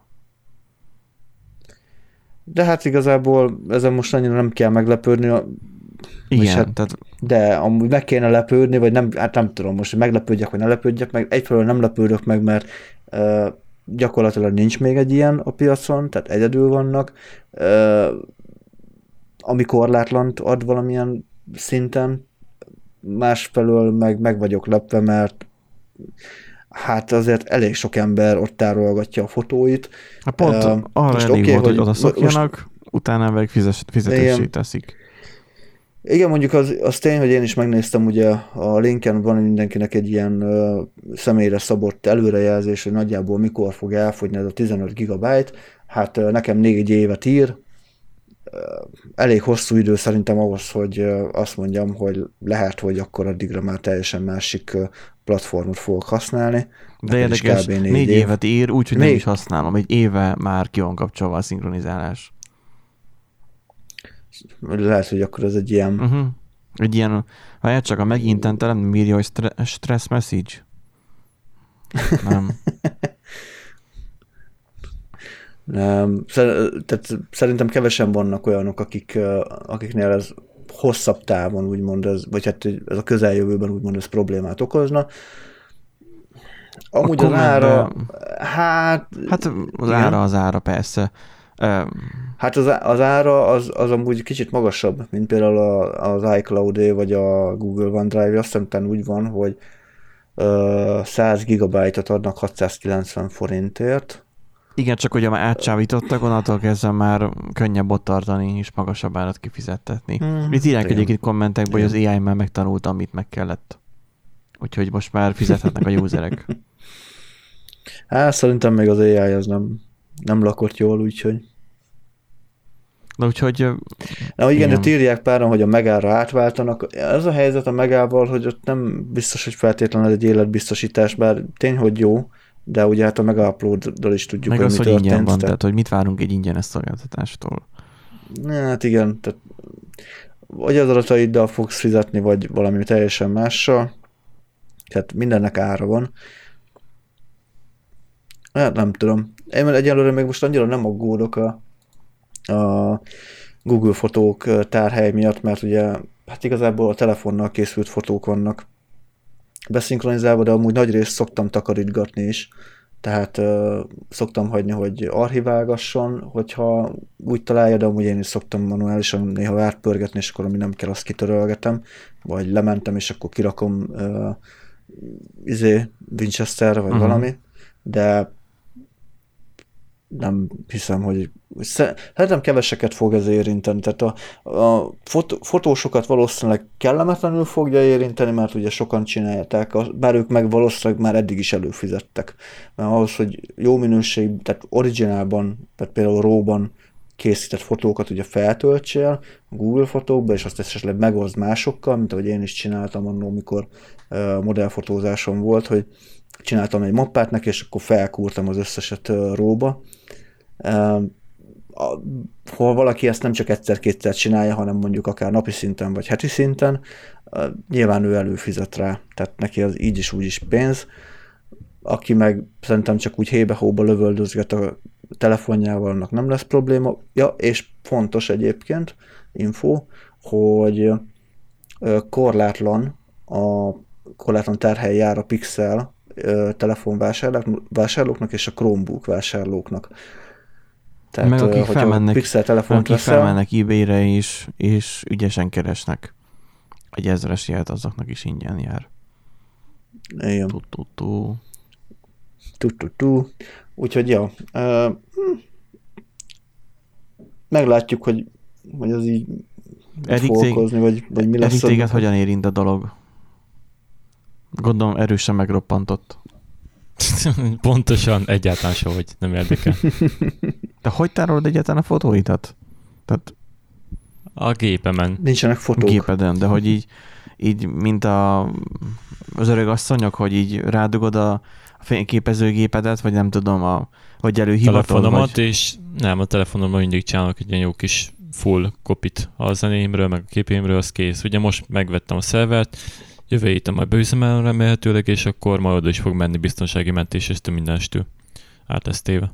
De hát igazából ezen most annyira nem kell meglepődni. Igen, hát, tehát... De amúgy meg kéne lepődni, vagy nem, hát nem tudom most, hogy meglepődjek, vagy ne lepődjek meg. Egyfelől nem lepődök meg, mert uh, gyakorlatilag nincs még egy ilyen a piacon, tehát egyedül vannak. Uh, ami korlátlant ad valamilyen szinten, másfelől meg, meg vagyok lepve, mert hát azért elég sok ember ott tárolgatja a fotóit. Hát pont uh, arra elég okay, volt, hogy oda szokjanak, most, utána meg fizetősé teszik. Igen, mondjuk az, az tény, hogy én is megnéztem, ugye a linken van mindenkinek egy ilyen uh, személyre szabott előrejelzés, hogy nagyjából mikor fog elfogyni ez a tizenöt gigabyte. Hát uh, nekem négy évet ír. Uh, elég hosszú idő szerintem ahhoz, hogy uh, azt mondjam, hogy lehet, hogy akkor addigra már teljesen másik uh, platformot fogok használni. De érdekes, négy, négy év. évet ír, úgyhogy nem is használom. Egy éve már ki van kapcsolva a szinkronizálás. Lehet, hogy akkor ez egy ilyen... Uh-huh. Egy ilyen, ha csak a megintentem, nem írja, hogy stre- stress message. Nem. nem. Tehát szerintem kevesen vannak olyanok, akik, akiknél ez hosszabb távon, úgymond, ez, vagy hát ez a közeljövőben úgymond ez problémát okozna. Amúgy az ára... Hát... Hát az igen. ára az ára, persze. Hát az, az ára az, az amúgy kicsit magasabb, mint például az iCloud-é vagy a Google OneDrive. Azt hiszem úgy van, hogy száz gigabájtot adnak hatszázkilencven forintért. Igen, csak ugye már átcsávítottak, onnantól kezdve már könnyebb ott tartani és magasabb árat kifizettetni. Hmm, Itt írják egyébként kommentekben, hogy az á i már megtanulta, amit meg kellett. Úgyhogy most már fizethetnek a userek. Hát szerintem még az á i az nem, nem lakott jól, úgyhogy... Na úgyhogy... Na igen, de írják páran, hogy a Megára átváltanak. Ez a helyzet a Megával, hogy ott nem biztos, hogy feltétlenül egy életbiztosítás, bár tény, hogy jó, de ugye hát a Mega Upload-dal is tudjuk, meg hogy az, mi hogy történt. Ingyen van, tehát... tehát hogy mit várunk egy ingyenes szolgáltatástól. Hát igen, tehát vagy az adataiddal fogsz fizetni, vagy valami teljesen mással. Tehát mindennek ára van. Hát nem tudom. Én egyelőre még most annyira nem aggódok a a Google fotók tárhely miatt, mert ugye hát igazából a telefonnal készült fotók vannak beszinkronizálva, de amúgy nagy részt szoktam takarítgatni is, tehát uh, szoktam hagyni, hogy archiválgasson, hogyha úgy találja, de amúgy én is szoktam manuálisan néha átpörgetni, és akkor ami nem kell, azt kitörölgetem, vagy lementem, és akkor kirakom uh, izé, Winchesterre, vagy uh-huh. valami, de nem hiszem, hogy szerintem keveseket fog ez érinteni. Tehát a, a fotó, fotósokat valószínűleg kellemetlenül fogja érinteni, mert ugye sokan csinálják, bár ők meg valószínűleg már eddig is előfizettek. Mert ahhoz, hogy jó minőség, tehát originálban, tehát például RAW-ban készített fotókat ugye feltöltsél a Google fotókba, és azt esetleg megoszd másokkal, mint ahogy én is csináltam annól, mikor uh, modellfotózásom volt, hogy csináltam egy mappát neki, és akkor felkúrtam az összeset uh, RAW-ba. Uh, ha valaki ezt nem csak egyszer-kétszer csinálja, hanem mondjuk akár napi szinten, vagy heti szinten, uh, nyilván ő előfizet rá, tehát neki az így is úgy is pénz. Aki meg szerintem csak úgy hébe-hóba lövöldözget a telefonjával, annak nem lesz probléma. Ja, és fontos egyébként info, hogy korlátlan a korlátlan terhely jár a Pixel telefonvásárlóknak és a Chromebook vásárlóknak. Tehát, meg akik felmennek, Pixel telefont akik veszel, felmennek eBay-re is, és ügyesen keresnek. Egy ezres jelet azoknak is ingyen jár. Igen. Tu-tu-tu. Tu-tu-tu. Úgyhogy, ja. Uh, meglátjuk, hogy, hogy az így Erik fog okozni, vagy, vagy mi lesz. Erik téged hogyan érint a dolog? Gondolom erősen megroppantott. Pontosan, egyáltalán se, hogy nem érdekel. De hogy tárolod egyáltalán a fotóidat? Tehát a gépemen. Nincsenek fotók. Gépeden, de hogy így, így mint a, az öreg asszonyok, hogy így rádugod a fényképezőgépedet, vagy nem tudom, a, vagy előhivatod. Telefonomat, vagy... és nem, a telefonomban mindig csinálok egy ilyen jó kis full kopit a zenémről, meg a képémről, az kész. Ugye most megvettem a szervert, jövő héten majd beüzemelem remélhetőleg, és akkor majd oda is fog menni biztonsági mentés, és mindenestől át lesz téve.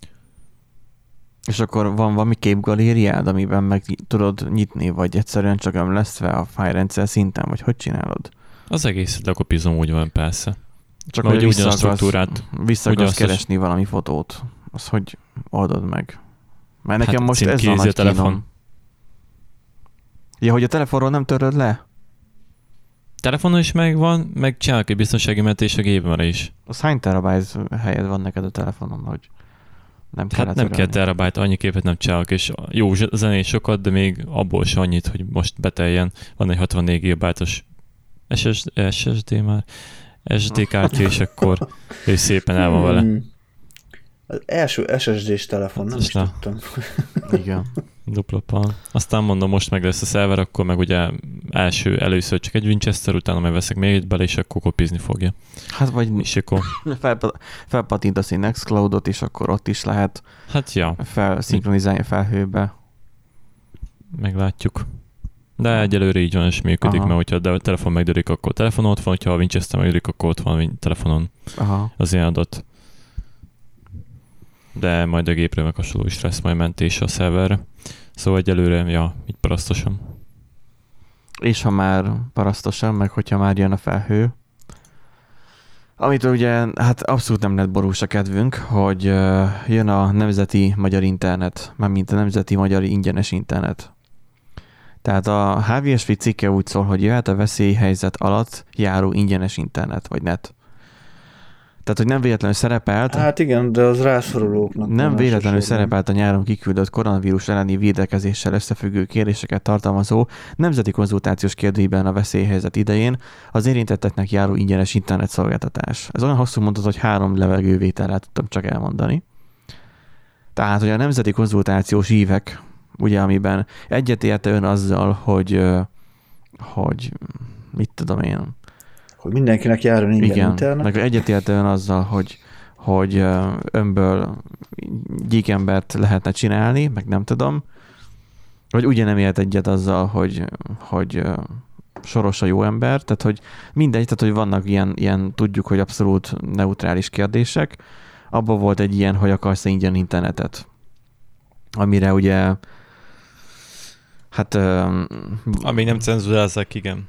És akkor van valami képgalériád, amiben meg tudod nyitni, vagy egyszerűen csak ömlesztve a fájrendszer szinten, vagy hogy csinálod? Az egészet lekopizom, úgy van persze. Csak hogy vissza akarsz, struktúrát, vissza akarsz keresni az... valami fotót, az hogy oldod meg? Mert nekem hát most ez van nagy telefon. Ja, hogy a telefonról nem töröd le? Telefonon is megvan, meg csinálok egy biztonsági mentés a gépemre is. Az hány terabyte helyed van neked a telefonon, hogy nem kell Hát nem kell terabyte, annyi képet nem csinálok, és jó zenét sokat, de még abból se annyit, hogy most beteljen. Van egy hatvannégy gigabájtos es es dé már, es dé kártya, és akkor ő szépen el van vele. Az első es es dés telefon, nem is tudtam. Igen. Dupla pan. Aztán mondom, most meg lesz a szerver, akkor meg ugye első, először csak egy Winchester, utána meg veszek még egy bele, és akkor kopizni fogja. Hát vagy és akkor... felpa- felpatintasz egy Nextcloudot, és akkor ott is lehet hát ja. felszinkronizálni a felhőbe. Meglátjuk. De egyelőre így van, és működik, aha. Mert hogyha a telefon megdődik, akkor telefonon ott van, hogyha a Winchester megdődik, akkor ott van telefonon aha. Az ilyen adat. De majd a gépre meg hasonló is lesz majd mentés a szerverre. Szóval egyelőre, ja, így parasztosan. És ha már parasztosan, meg hogyha már jön a felhő, amitől ugye, hát abszolút nem lett borús a kedvünk, hogy jön a nemzeti magyar internet, mármint a nemzeti magyar ingyenes internet. Tehát a há vé es vé cikke úgy szól, hogy jöhet a veszélyhelyzet alatt járó ingyenes internet, vagy net. Tehát, hogy nem véletlenül szerepelt... Hát igen, de az rászorulóknak. Nem véletlenül szerepelt a nyáron kiküldött koronavírus elleni védekezéssel összefüggő kérdéseket tartalmazó nemzeti konzultációs kérdőjében a veszélyhelyzet idején az érintetteknek járó ingyenes internetszolgáltatás. Ez olyan hosszú mondat, hogy három levegővételre tudtam csak elmondani. Tehát, hogy a nemzeti konzultációs ívek, ugye, amiben egyetért ön azzal, hogy, hogy mit tudom én, hogy mindenkinek járjon ingyen igen, internet. meg egyetért ön azzal, hogy, hogy önből gyíkembert lehetne csinálni, meg nem tudom, vagy ugye nem ért egyet azzal, hogy, hogy Soros a jó ember, tehát hogy mindegy, tehát hogy vannak ilyen, ilyen, tudjuk, hogy abszolút neutrális kérdések. Abban volt egy ilyen, hogy akarsz ingyen internetet, amire ugye hát... Amíg nem cenzurázzák, igen.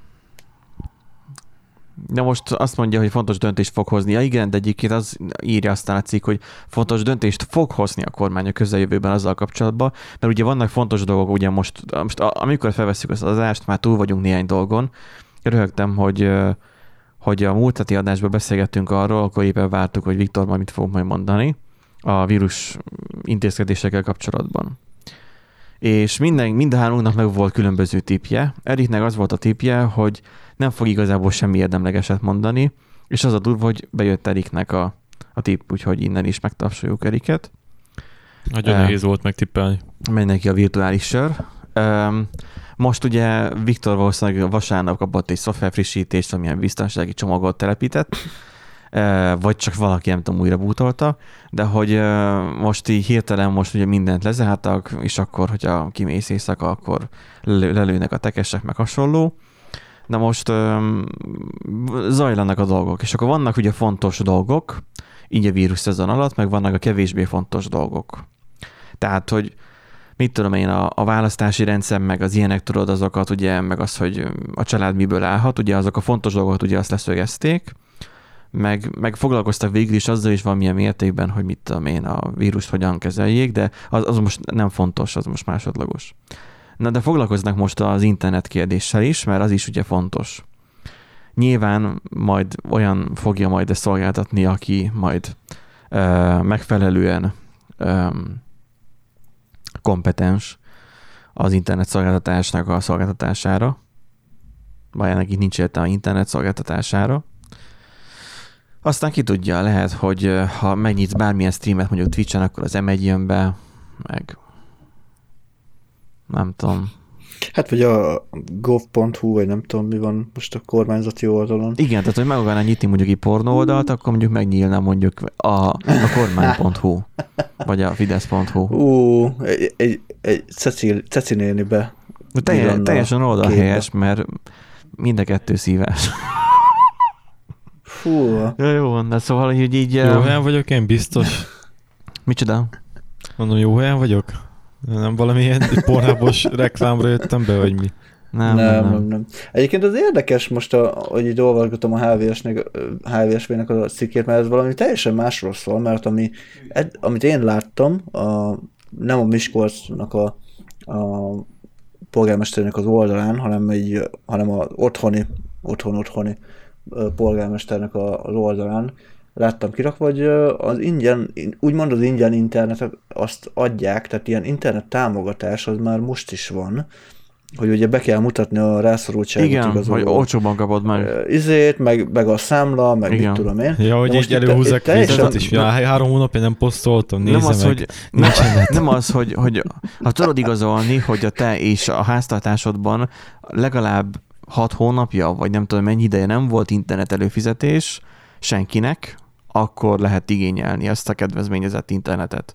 De most azt mondja, hogy fontos döntést fog hozni. Ja igen, de egyébként az írja aztán a cikk, hogy fontos döntést fog hozni a kormány a közeljövőben azzal kapcsolatban, mert ugye vannak fontos dolgok, ugye most, most amikor felveszünk az adást, már túl vagyunk néhány dolgon. Röhögtem, hogy, hogy a múlt heti adásban beszélgettünk arról, akkor éppen vártuk, hogy Viktor majd mit fog majd mondani a vírus intézkedésekkel kapcsolatban. És minden, mindhármunknak meg volt különböző tippje. Eriknek az volt a tippje, hogy nem fog igazából semmi érdemlegeset mondani, és az a durva, hogy bejött Eriknek a, a tipp, úgyhogy innen is megtapsoljuk Eriket. Nagyon uh, nehéz volt megtippelni. Megy neki a virtuális sör. Um, most ugye Viktor valószínűleg vasárnap kapott egy szoftver frissítést, amilyen biztonsági csomagot telepített, uh, vagy csak valaki, nem tudom, újra bútolta, de hogy uh, most így hirtelen most ugye mindent lezártak, és akkor, hogyha kimész éjszaka, akkor lelőnek a tekesek, meg hasonló. De most um, zajlanak a dolgok, és akkor vannak ugye fontos dolgok, így a vírus szezon alatt, meg vannak a kevésbé fontos dolgok. Tehát, hogy mit tudom én, a, a választási rendszer, meg az ilyenek, tudod, azokat ugye, meg az, hogy a család miből állhat, ugye azok a fontos dolgokat ugye azt leszögezték, meg, meg foglalkoztak végül is azzal is valamilyen mértékben, hogy mit tudom én, a vírust hogyan kezeljék, de az, az most nem fontos, az most másodlagos. Na, de foglalkoznak most az internet kérdéssel is, mert az is ugye fontos. Nyilván majd olyan fogja majd ezt szolgáltatni, aki majd ö, megfelelően ö, kompetens az internet szolgáltatásnak a szolgáltatására, vagy nekik nincs értelme internet szolgáltatására. Aztán ki tudja, lehet, hogy ha megnyitsz bármilyen streamet mondjuk Twitch-en, akkor az em egy jön be, meg nem tudom. Hát vagy a gov pont hu, vagy nem tudom, mi van most a kormányzati oldalon. Igen, tehát hogy meg akarná nyitni mondjuk egy pornó oldalt, akkor mondjuk megnyílna mondjuk a, a kormány pont hu, vagy a fidesz pont hu. Ú, egy, egy, egy Ceci, Ceci néni be. Telje, teljesen oldalhelyes, mert mind a kettő szíves. Fú. Ja, jó van, de szóval, hogy így... Jó helyen vagyok én, biztos. Micsoda? Mondom, jó helyen vagyok? Nem valamilyen pornábos reklámra jöttem be, vagy mi? Nem, nem, nem. nem, nem. Egyébként az érdekes most, a, hogy így olvasgatom a há vé es-nek a cikkét, mert ez valami teljesen másról szól, mert ami, ed, amit én láttam, a, nem a Miskolcnak a, a polgármesternek az oldalán, hanem, egy, hanem az otthoni, otthon-otthoni polgármesternek az oldalán láttam kirakva, hogy az ingyen, úgymond az ingyen internetet azt adják, tehát ilyen internet támogatás az már most is van, hogy ugye be kell mutatni a rászorultságot. Igen, igazoló, hogy olcsóban kapod meg. Izét, meg, meg a számla, meg igen. mit tudom én. Ja, hogy így előhúzzák teljesen... is. Ja, három hónapja nem posztoltam, nézze nem az, meg. hogy, nem, nem az, hogy, hogy ha tudod igazolni, hogy a te és a háztartásodban legalább hat hónapja, vagy nem tudom mennyi ideje nem volt internet előfizetés senkinek, akkor lehet igényelni ezt a kedvezményezett internetet.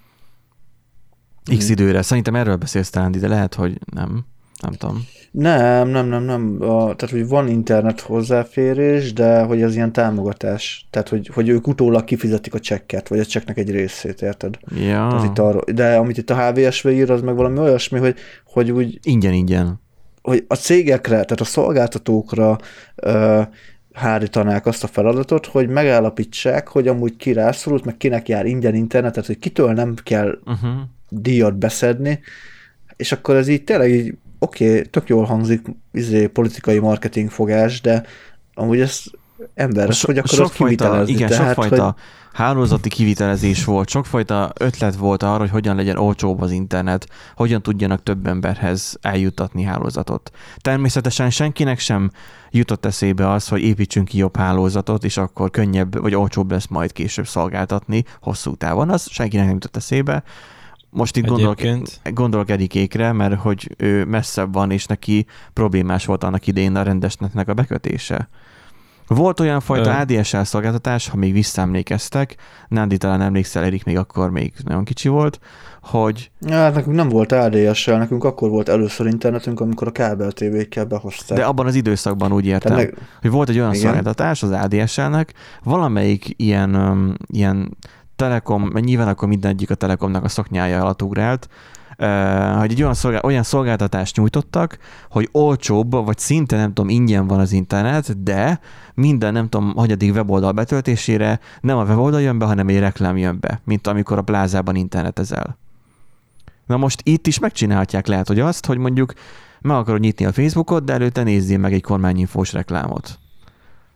X hmm. időre. Szerintem erről beszélsz talán, de lehet, hogy nem. Nem tudom. Nem, nem, nem, nem. A, tehát, hogy van internet hozzáférés, de hogy az ilyen támogatás. Tehát, hogy, hogy ők utólag kifizetik a csekket, vagy a csekknek egy részét, érted? Ja. Tehát itt arról, de amit itt a há vé es vé ír, az meg valami olyasmi, hogy, hogy úgy... Ingyen, ingyen. Hogy a cégekre, tehát a szolgáltatókra ö, hárítanák azt a feladatot, hogy megállapítsák, hogy amúgy ki rászorult, meg kinek jár ingyen internetet, hogy kitől nem kell uh-huh. díjat beszedni, és akkor ez így tényleg így oké, okay, tök jól hangzik izé, politikai marketing fogás, de amúgy ez emberes, so, hogy akkor azt kivitelezni. Igen, tehát, sokfajta hogy... hálózati kivitelezés volt, sokfajta ötlet volt arra, hogy hogyan legyen olcsóbb az internet, hogyan tudjanak több emberhez eljuttatni hálózatot. Természetesen senkinek sem jutott eszébe az, hogy építsünk ki jobb hálózatot, és akkor könnyebb vagy olcsóbb lesz majd később szolgáltatni hosszú távon. Az senkinek nem jutott eszébe. Most itt gondolok, gondolok Erikékre, mert hogy ő messzebb van, és neki problémás volt annak idején a rendes netnek a bekötése. Volt olyan fajta á dé es el szolgáltatás, ha még visszaemlékeztek, Nándi talán emlékszel, Erik még akkor még nagyon kicsi volt, hogy... Hát nekünk nem volt á dé es el, nekünk akkor volt először internetünk, amikor a kábel tévékkel behozták. De abban az időszakban úgy értem, meg... hogy volt egy olyan igen. szolgáltatás az á dé es elnek, valamelyik ilyen, um, ilyen Telekom, mert nyilván akkor mindegyik a Telekomnak a szoknyája alatt ugrált, Uh, hogy egy olyan, szolgál, olyan szolgáltatást nyújtottak, hogy olcsóbb, vagy szinte nem tudom, ingyen van az internet, de minden nem tudom, hagyadik weboldal betöltésére nem a weboldal jön be, hanem egy reklám jön be, mint amikor a plázában internetezel. Na most itt is megcsinálhatják lehet, hogy azt, hogy mondjuk meg akarod nyitni a Facebookot, de előtte nézzél meg egy kormányinfós reklámot.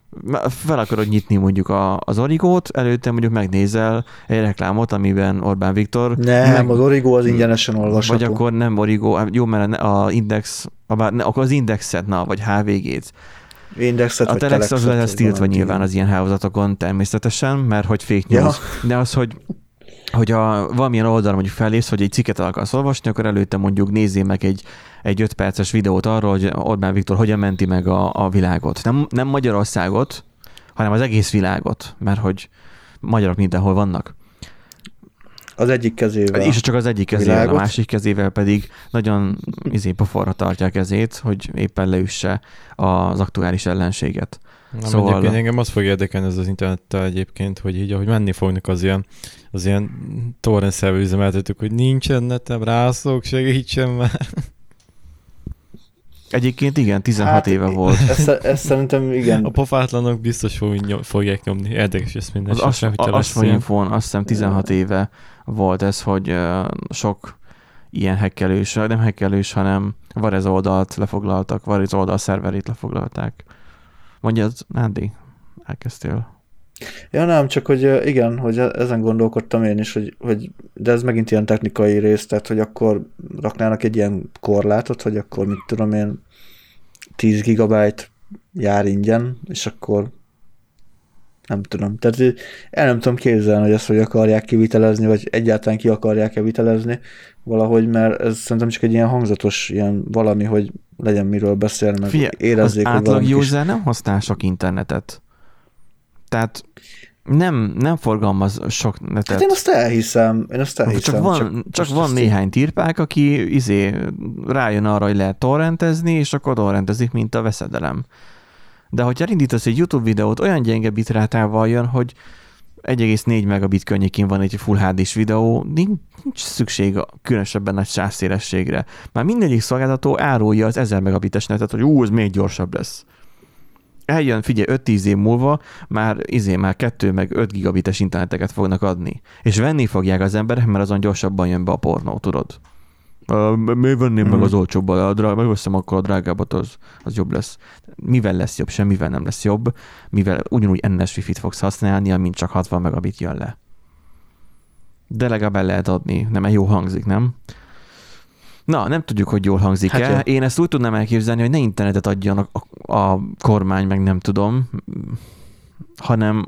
fel akarod nyitni mondjuk a, az Origót, előtte mondjuk megnézel egy reklámot, amiben Orbán Viktor... Nem, meg, az Origo az ingyenesen olvasható. Vagy akkor nem Origo, jó, mert a Index, akkor az Indexet, na, vagy há vé gét. Indexet, a vagy Telex az lesz tiltva nyilván így. az ilyen hálózatokon természetesen, mert hogy fake news. Ja. De az, hogy hogy a valamilyen oldalra mondjuk felépsz, hogy egy cikket el akarsz olvasni, akkor előtte mondjuk nézzél meg egy, egy öt perces videót arról, hogy Orbán Viktor hogyan menti meg a, a világot. Nem, nem Magyarországot, hanem az egész világot, mert hogy magyarok mindenhol vannak. Az egyik kezével. És csak az egyik kezével, világot. A másik kezével pedig nagyon izé poforra tartja a kezét, hogy éppen leüsse az aktuális ellenséget. Na, szóval... Mondjuk engem azt fog érdekelni ez az internettel egyébként, hogy így, ahogy menni fognak az ilyen, az ilyen torrent szerver üzemeltetők, hogy nincsen netem, rászok, segítsen már. Egyébként igen, tizenhat hát, éve volt. Ezt, ezt szerintem igen. A pofátlanok biztos fogják nyomni. Érdekes ezt minden. Az As- Asfo-Infón azt hiszem tizenhat éve volt ez, hogy uh, sok ilyen hekkelős, nem hekkelős, hanem Varez oldalt lefoglaltak, Varez oldal szerverét lefoglalták. Mondjad, Nándi, elkezdtél. Ja nem, csak hogy igen, hogy ezen gondolkodtam én is, hogy, hogy de ez megint ilyen technikai rész, tehát hogy akkor raknának egy ilyen korlátot, hogy akkor mit tudom én, tíz gigabyte jár ingyen, és akkor nem tudom. Tehát el nem tudom képzelni, hogy ezt hogy akarják kivitelezni, vagy egyáltalán ki akarják-e vitelezni valahogy, mert ez szerintem csak egy ilyen hangzatos ilyen valami, hogy legyen miről beszélni, meg Figyelj, érezzék, az hogy átlag user is... nem használ sok internetet. Tehát nem, nem forgalmaz sok netet. Hát én azt elhiszem. Én azt elhiszem. Csak van, csak, csak van néhány én... tirpák, aki izé, rájön arra, hogy lehet torrentezni, és akkor torrentezik, mint a veszedelem. De hogyha elindítasz egy YouTube videót, olyan gyenge bitrátával jön, hogy egy egész négy megabit környékén van egy Full há dés videó, nincs, nincs szükség a különösebben nagy sávszélességre. Már mindegyik szolgáltató árulja az ezer megabites netet, hogy ú, ez még gyorsabb lesz. Eljön, figyelj, öt-tíz év múlva már izé már kettő meg öt gigabites interneteket fognak adni. És venni fogják az emberek, mert azon gyorsabban jön be a pornó, tudod? Uh, mi venném mm. meg az olcsóbban, drá- megveszem akkor a drágábbat, az, az jobb lesz. Mivel lesz jobb? Semmivel nem lesz jobb, mivel ugyanúgy en es Wi-Fi-t fogsz használni, amint csak hatvan megabit jön le. De legalább el lehet adni, nem, jó hangzik, nem? Na, nem tudjuk, hogy jól hangzik-e. Hát én ezt úgy tudnám elképzelni, hogy ne internetet adjanak a, a kormány, meg nem tudom, hanem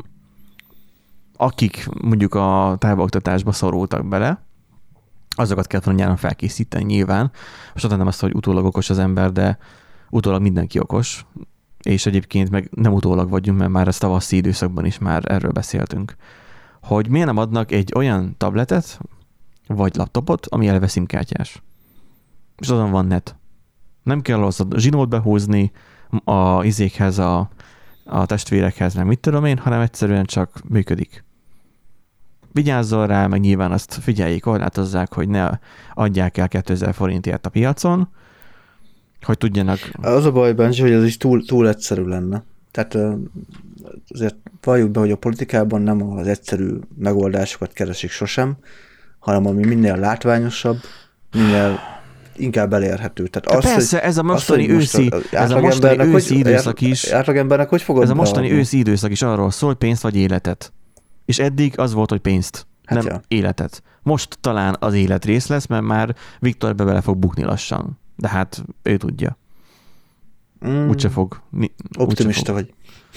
akik mondjuk a távoloktatásba szorultak bele, azokat kellett volna nyáron felkészíteni nyilván. Most nem azt, hogy utólag okos az ember, de utólag mindenki okos, és egyébként meg nem utólag vagyunk, mert már a tavaszi időszakban is már erről beszéltünk. Hogy miért nem adnak egy olyan tabletet, vagy laptopot, ami eleve szimkártyás. És azon van net. Nem kell az a zsinót behúzni a izékhez, a, a testvérekhez, meg mit tudom én, hanem egyszerűen csak működik. Vigyázzon rá, meg nyilván azt figyeljék, korlátozzák, hogy ne adják el kétezer forintért a piacon, hogy tudjanak... Az a baj, Benji, hogy ez is túl, túl egyszerű lenne. Tehát azért valljuk be, hogy a politikában nem az egyszerű megoldásokat keresik sosem, hanem ami minél látványosabb, minél inkább elérhető. Tehát az, persze, hogy, ez a mostani az, őszi, ez a mostani őszi hogy, időszak is... Átlagembernek hogy fogod Ez a mostani beadni? őszi időszak is arról szól, pénzt vagy életet. És eddig az volt, hogy pénzt, hát nem ja. életet. Most talán az élet rész lesz, mert már Viktor be bele fog bukni lassan. De hát ő tudja. Mm. Úgyse fog. Mi, optimista úgyse vagy.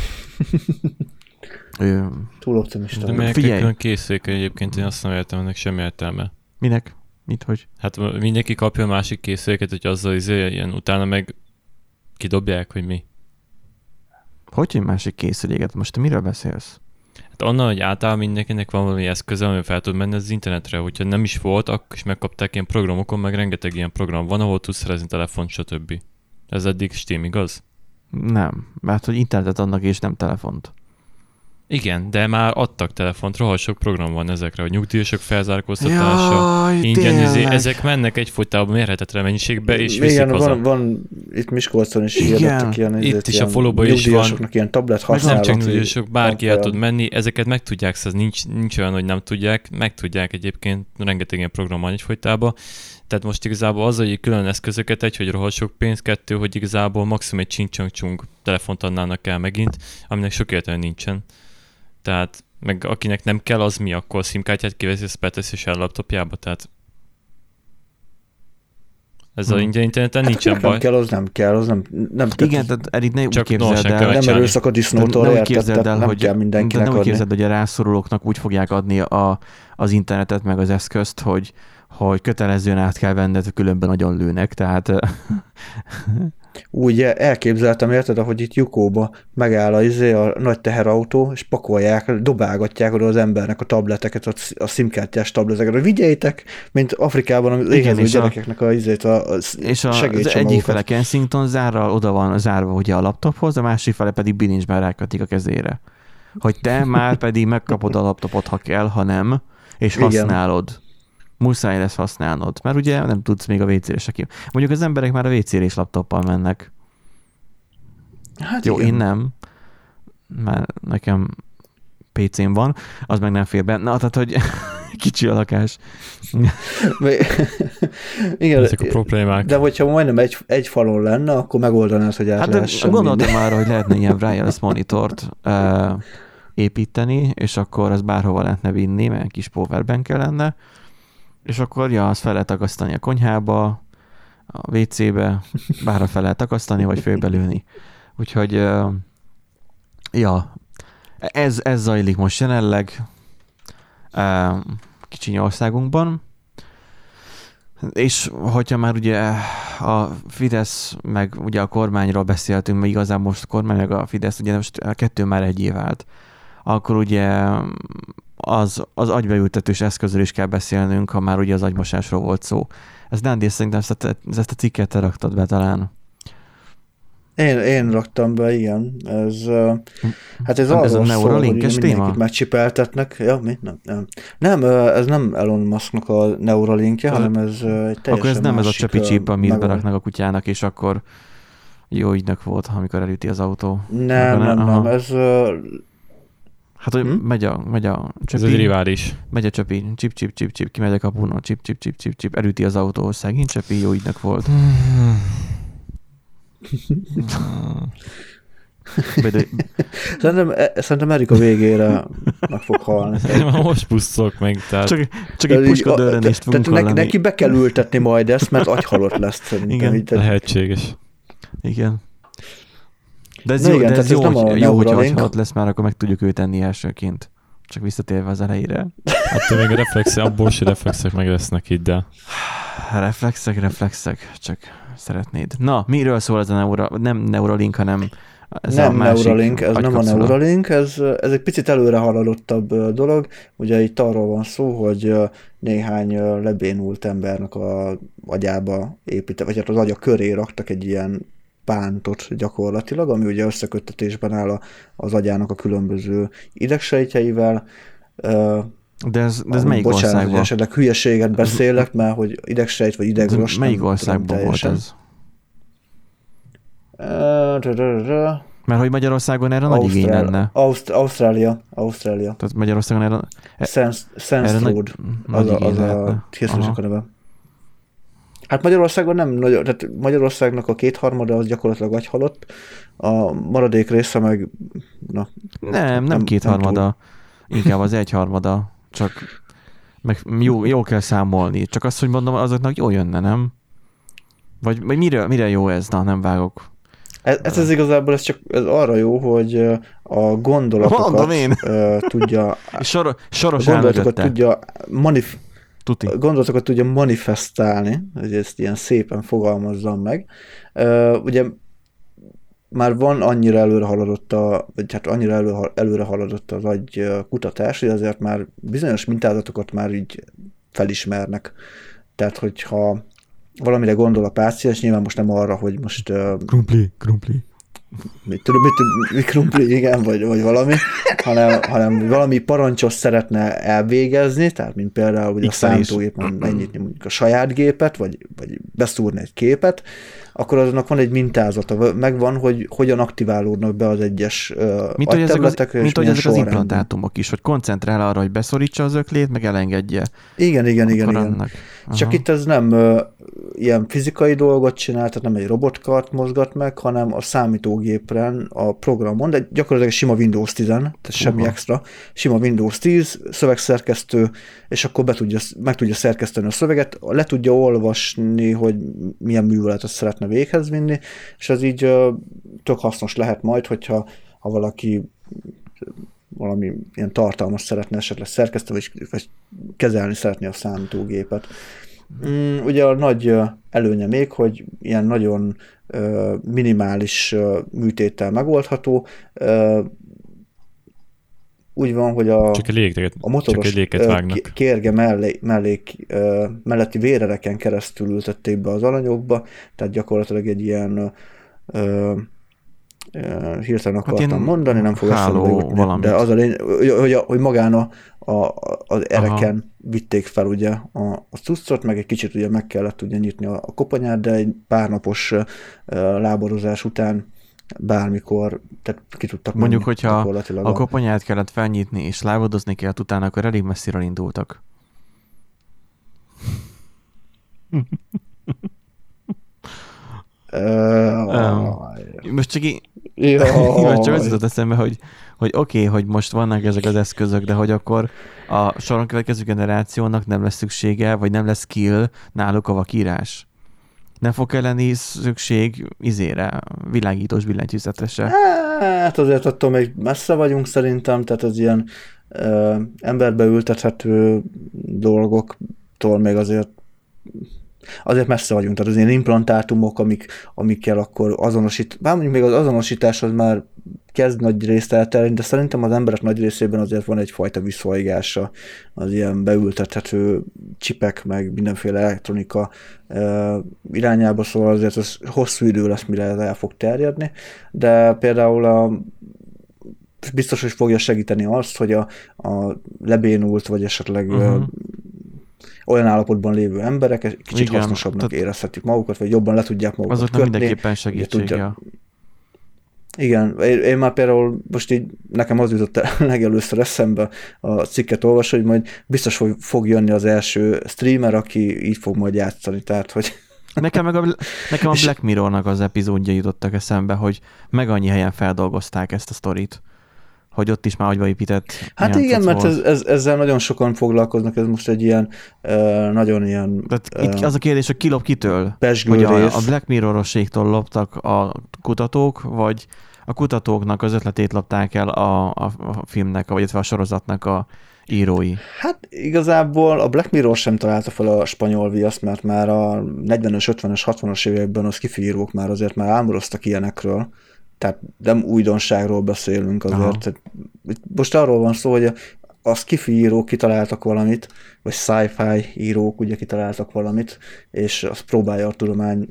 ő... Túl optimista. De melyek külön készülék egyébként, én azt nem értem, ennek semmi értelme. Minek? Mit, hogy? Hát mindenki kapja a másik készüléket, hogy azzal izé, ilyen utána meg kidobják, hogy mi. Hogy egy másik készüléket? Most te miről beszélsz? Hát onnan, hogy általában mindenkinek van valami eszköze, amivel fel tud menni az internetre. Hogyha nem is volt, akkor is megkapták ilyen programokon, meg rengeteg ilyen program van, ahol tudsz szerezni telefont, stb. Ez eddig stím, igaz? Nem, mert hogy internetet adnak és nem telefont. Igen, de már adtak telefont, rohadt sok program van ezekre, hogy nyugdíjasok felzárkóztatása, ingyen izé, ezek mennek egyfolytában mérhetetlen mennyiségbe, és viszik igen, haza. Van, van itt Miskolcon is hirdettek ilyen, itt is a follow-ban is van. Ilyen tablet meg nem csak nyugdíjasok, bárki el tud menni, ezeket meg tudják, ez nincs, nincs olyan, hogy nem tudják, meg tudják egyébként, rengeteg ilyen program van egyfolytában. Tehát most igazából az, hogy külön eszközöket, egy, hogy rohadt sok pénz, kettő, hogy igazából maximum egy csincsang-csung telefont adnának el megint, aminek sok értelme nincsen. Tehát meg akinek nem kell, az mi, akkor SIM-kártyát kiveszi, ezt betesz és el laptopjába, tehát ez hmm. a ingyen interneten hát nincsen baj. Nem kell, az nem kell, az nem... nem igen, tehát Erik, ne úgy képzeld el. Nem erőszak a disznótól, érted, nem hogy, kell mindenkinek de adni. Nem úgy képzeld, hogy a rászorulóknak úgy fogják adni a, az internetet, meg az eszközt, hogy, hogy kötelezően át kell venned, különben nagyon lőnek, tehát... Úgy elképzeltem, érted, ahogy itt Jukóba megáll a, izé, a nagy teherautó, és pakolják, dobálgatják oda az embernek a tableteket, a SIM-kártyás tableteket, hogy vigyétek, mint Afrikában az éhező gyerekeknek a, izét, a, a és a, az egyik fele Kensington zárral oda van zárva ugye a laptophoz, a másik fele pedig bilincsben rákötik a kezére. Hogy te már pedig megkapod a laptopot, ha kell, ha nem, és használod. Igen. Muszáj lesz használnod, mert ugye nem tudsz még a vécére se ki. Mondjuk az emberek már a vécére is laptoppal mennek. Hát jó, igen. Én nem, mert nekem pé cém van, az meg nem fér be. Na, tehát, hogy kicsi a lakás. Igen, ezek a problémák. De hogyha majdnem egy, egy falon lenne, akkor megoldanád, hogy át hát lehessen. Gondoltam már, hogy lehetne ilyen wireless monitort uh, építeni, és akkor az bárhova lehetne vinni, mert kis powerbank lenne, és akkor, ja, azt fel lehet akasztani a konyhába, a vé cébe, bárra fel lehet akasztani, vagy félbelőni. Úgyhogy, ja, ez, ez zajlik most jelenleg kicsiny országunkban, és hogyha már ugye a Fidesz, meg ugye a kormányról beszéltünk, mert igazán most a kormány, meg a Fidesz, ugye most a kettő már egy év állt, akkor ugye az, az agybeültetős eszközről is kell beszélnünk, ha már ugye az agymosásról volt szó. Ez Nándi, szerintem ezt a, ezt a cikket te raktad be talán. Én, én raktam be, igen. Ez, hát ez, ez arról a szól, hogy téma? mindenkit megcsipeltetnek. Ja, mi? Nem, nem. Nem, ez nem Elon Musknak a Neuralinkje, hanem ez egy teljesen akkor ez nem ez a csöpi csíp, amit meg... beraknak a kutyának, és akkor jó ügynök volt, amikor elüti az autó. Nem, nem, nem, nem, ez... Hát, hogy hm? megy a, megy a csöpi. Ez egy rivális. Megy a csöpi, csip, csip, csip, csip, kimegy a kapun, csip, csip, csip, csip, csip, elüti az autó, szegény csöpi, jó ügynök volt. szerintem, szerintem Erika végére meg fog halni. Most pusztolok meg. Tehát... Csak, csak egy puskadőrenést fogunk hallani. Ne, neki be kell ültetni majd ezt, mert agyhalott lesz szerintem. Igen, lehetséges. Igen. De ez Na jó, igen, de ez jó, hogy, jó hogyha agyhalott lesz már, akkor meg tudjuk őt tenni elsőként. Csak visszatérve az elejére. Hát még a reflexek, abból se reflexek meg lesznek itt, de... Reflexek, reflexek, csak szeretnéd. Na, miről szól ez a Neura, nem Neuralink, hanem ez nem a másik Neuralink, ez nem a Neuralink, ez, ez egy picit előre haladottabb dolog. Ugye itt arról van szó, hogy néhány lebénult embernek a agyába épített, vagy hát az agya köré raktak egy ilyen pántot gyakorlatilag, ami ugye összeköttetésben áll az agyának a különböző idegsejtjeivel. De ez, de ez melyik bocsánat, országban? Bocsánat, esetleg hülyeséget beszélek, mert hogy idegsejt vagy idegrost. Melyik országban volt ez? Mert hogy Magyarországon erre nagy igény lenne. Auszt- Ausztrália. Ausztrália. Tehát Magyarországon erre... Sandsroad. Az a, az a készülések a neve. Hát Magyarországon nem nagyon, tehát Magyarországnak a kétharmada az gyakorlatilag agyhalott, a maradék része meg... Na, nem, nem, nem kétharmada, inkább az egyharmada, csak meg jó, jó kell számolni. Csak azt, hogy mondom, azoknak jó jönne, nem? Vagy, vagy mire, mire jó ez? Na, nem vágok. Ez, ez, ez igazából ez csak ez arra jó, hogy a gondolatokat tudja... Sor, soros a gondolatokat tudja manif... Tuti. Gondolatokat tudja manifestálni, hogy ezt ilyen szépen fogalmazzam meg. Uh, ugye már van annyira előre haladott, a, vagy hát annyira elő, előre haladott az agy kutatás, hogy azért már bizonyos mintázatokat már így felismernek. Tehát, hogyha valamire gondol a páciens, nyilván most nem arra, hogy most... Uh, krumpli, krumpli. Mit tudom, mit, mit krumpli, igen, vagy, vagy valami, hanem, hanem valami parancsot szeretne elvégezni, tehát mint például ugye a számítógépen megnyitni mondjuk a saját gépet, vagy, vagy beszúrni egy képet, akkor aznak van egy mintázata, megvan, hogy hogyan aktiválódnak be az egyes uh, mint hogy ezek az, mint hogy ezek az sorrendben. implantátumok is, hogy koncentrál arra, hogy beszorítsa az öklét, meg elengedje. Igen, igen, igen. igen. Annak, csak itt ez nem uh, ilyen fizikai dolgot csinál, tehát nem egy robotkart mozgat meg, hanem a számítógépren, a programon, de gyakorlatilag sima Windows tíz, tehát semmi uh-huh. extra, sima Windows tíz, szövegszerkesztő, és akkor be tudja, meg tudja szerkeszteni a szöveget, le tudja olvasni, hogy milyen műveletet szeretne véghez vinni, és ez így uh, tök hasznos lehet majd, hogyha ha valaki valami ilyen tartalmas szeretne esetleg szerkeszteni, vagy, vagy kezelni szeretné a számítógépet. Mm, ugye a nagy előnye még, hogy ilyen nagyon uh, minimális uh, műtéttel megoldható. Uh, úgy van, hogy a, csak egy a motoros csak egy uh, kérge mellé, mellék, uh, melletti vérereken keresztül ültették be az alanyokba, tehát gyakorlatilag egy ilyen uh, uh, hirtelen akartam hát mondani, nem fog eszembe jutni, de az a lény, hogy, hogy magán a, a, az ereken Aha. vitték fel ugye a, a cuccot, meg egy kicsit ugye meg kellett ugye nyitni a, a koponyát, de egy pár napos uh, láborozás után bármikor, tehát ki tudtak mondjuk, hogyha a koponyát kellett felnyitni és lábadozni kellett utána, akkor elég messziről indultak. um, most csak így most csak az jutott eszembe, hogy, hogy oké, okay, hogy most vannak ezek az eszközök, de hogy akkor a soron következő generációnak nem lesz szüksége, vagy nem lesz skill náluk a vakírás. Nem fog kell lenni szükség izére, világítós billentyűzetesre. Hát azért attól még messze vagyunk szerintem, tehát az ilyen ö, emberbe ültethető dolgoktól még azért azért messze vagyunk, tehát az ilyen implantátumok, amik, amikkel akkor azonosít, bár mondjuk még az azonosítás az már kezd nagy részt eltelni, de szerintem az emberek nagy részében azért van egyfajta visszahigása az ilyen beültethető csipek, meg mindenféle elektronika uh, irányába, szóval azért az hosszú idő lesz, mire ez el fog terjedni, de például a biztos, hogy fogja segíteni azt, hogy a, a lebénult, vagy esetleg uh-huh. olyan állapotban lévő emberek kicsit Igen, hasznosabbnak tehát érezhetik magukat, vagy jobban le tudják magukat azok kötni. Mindenképpen segítsége. Igen, én, én már például most így nekem az jutott legelőször eszembe a cikket olvasni, hogy majd biztos, hogy fog jönni az első streamer, aki így fog majd játszani, tehát hogy... Nekem, meg a, nekem a Black Mirrornak az epizódja jutottak eszembe, hogy meg annyi helyen feldolgozták ezt a sztorit, hogy ott is már agyba épített. Hát igen, mert ez, ez, ezzel nagyon sokan foglalkoznak, ez most egy ilyen uh, nagyon ilyen... Tehát uh, az a kérdés, hogy ki lop kitől? Hogy a, a Black Mirror-osségtól loptak a kutatók, vagy a kutatóknak az ötletét lopták el a, a, a filmnek, vagy a sorozatnak a írói? Hát igazából a Black Mirror sem találta fel a spanyol viaszt, mert már a negyvenes, ötvenes, hatvanas években a sci-fi írók már azért már álmodoztak ilyenekről. Tehát nem újdonságról beszélünk azért. Most arról van szó, hogy a, a sci-fi írók kitaláltak valamit, vagy sci-fi írók ugye kitaláltak valamit, és azt próbálja a tudomány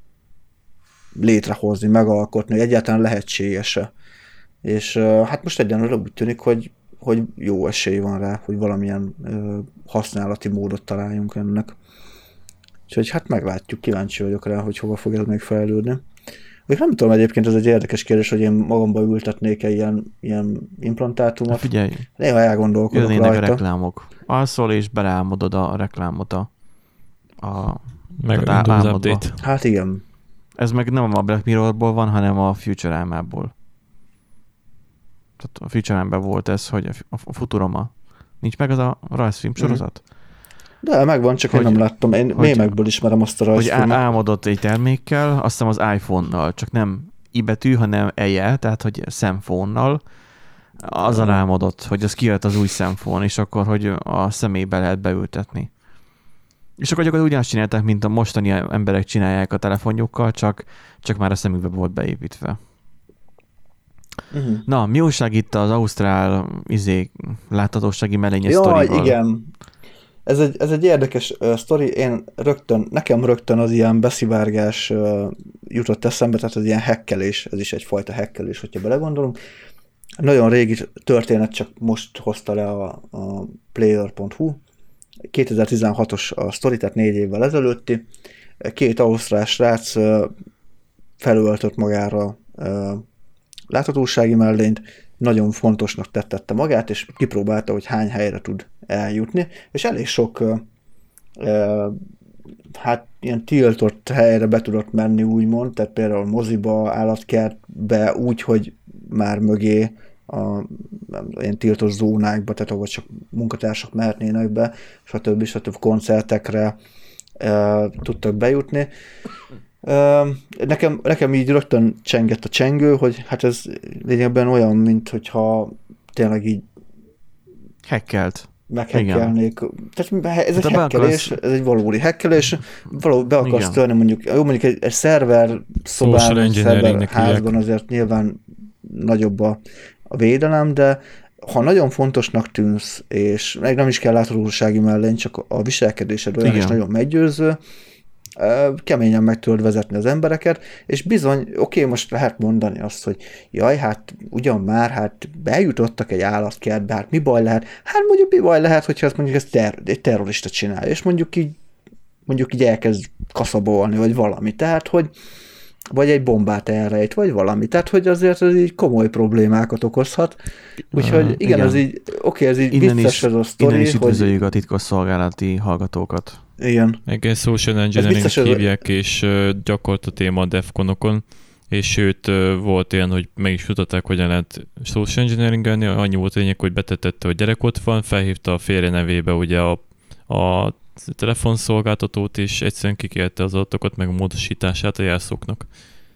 létrehozni, megalkotni, hogy egyáltalán lehetséges-e. És hát most egyenlőre úgy tűnik, hogy, hogy jó esély van rá, hogy valamilyen ö, használati módot találjunk ennek. Úgyhogy hát meglátjuk, kíváncsi vagyok rá, hogy hova fog ez még fejlődni. Még nem tudom egyébként, ez egy érdekes kérdés, hogy én magamba ültetnék-e ilyen, ilyen implantátumot. Hát figyelj, néha elgondolkodok jönnének rajta. A reklámok. Alszol és beleálmodod a reklámot a, a meg álmodva. Hát igen. Ez meg nem a Black Mirrorból van, hanem a Futurama-ból. Tehát a Futurama-ben volt ez, hogy a Futurama. Nincs meg az a rajzfilm sorozat? Mm. De megvan, csak hogy, én nem láttam. Én hogy, mémekből ismerem azt a rajzfilmet. Hogy álmodott egy termékkel, azt hiszem az iPhone-nal, csak nem i betű, hanem eje, tehát hogy szemfónnal. Azon álmodott, hogy az kijött az új szemfón, és akkor, hogy a szemébe lehet beültetni. És akkor gyakorlatilag ugyanazt csinálták, mint a mostani emberek csinálják a telefonjukkal, csak, csak már a szemükbe volt beépítve. Uh-huh. Na, mi újság itt az ausztrál izé, láthatósági melénye sztorival? Igen. Ez egy, ez egy érdekes uh, sztori. Én rögtön, nekem rögtön az ilyen beszivárgás uh, jutott eszembe, tehát az ilyen hekkelés, ez is egyfajta hekkelés, hogyha belegondolunk. Nagyon régi történet, csak most hozta le a, a player pont hu. kétezer-tizenhatos a sztori, tehát négy évvel ezelőtti. Két ausztrál srác uh, felöltött magára uh, láthatósági mellényt, nagyon fontosnak tettette magát, és kipróbálta, hogy hány helyre tud eljutni, és elég sok uh, uh, hát ilyen tiltott helyre be tudott menni, úgymond, tehát például moziba, állatkertbe, úgy, hogy már mögé a ilyen tiltott zónákba, tehát ahol csak munkatársak mehetnének be, stb. stb. Koncertekre e, tudtak bejutni. E, nekem, nekem így rögtön csengett a csengő, hogy hát ez lényegben olyan, mint hogyha tényleg így hackelt. Meghekkelnék. Tehát ez egy hekkelés, ez egy valódi hekkelés, való be akarsz törni mondjuk, jó mondjuk egy, egy szerver szobában, egy szerver házban azért nyilván nagyobb a, a védelem, de ha nagyon fontosnak tűnsz, és meg nem is kell láthatósági mellény, csak a viselkedésed olyan, igen, és nagyon meggyőző, keményen meg tudod vezetni az embereket, és bizony, oké, okay, most lehet mondani azt, hogy jaj, hát ugyan már, hát bejutottak egy állatkertbe, hát mi baj lehet? Hát mondjuk mi baj lehet, hogyha ezt mondjuk ezt ter- egy terrorista csinálja, és mondjuk így, mondjuk így elkezd kaszabolni, vagy valami, tehát, hogy vagy egy bombát elrejt, vagy valami, tehát, hogy azért ez így komoly problémákat okozhat, úgyhogy igen, igen. ez így, oké, okay, ez így innen vicces is, ez a sztori, innen is hogy... üdvözöljük a titkosszolgálati hallgatókat. Igen. Egész social engineering hívják, és uh, gyakort a téma a Defconokon, és sőt uh, volt ilyen, hogy meg is mutatták, hogyan lehet social engineering-elni, annyi volt a lényeg, hogy betetette, hogy gyerek ott van, felhívta a férje nevébe ugye a, a telefonszolgáltatót, és egyszerűen kikérte az adatokat, meg a módosítását a jelszóknak.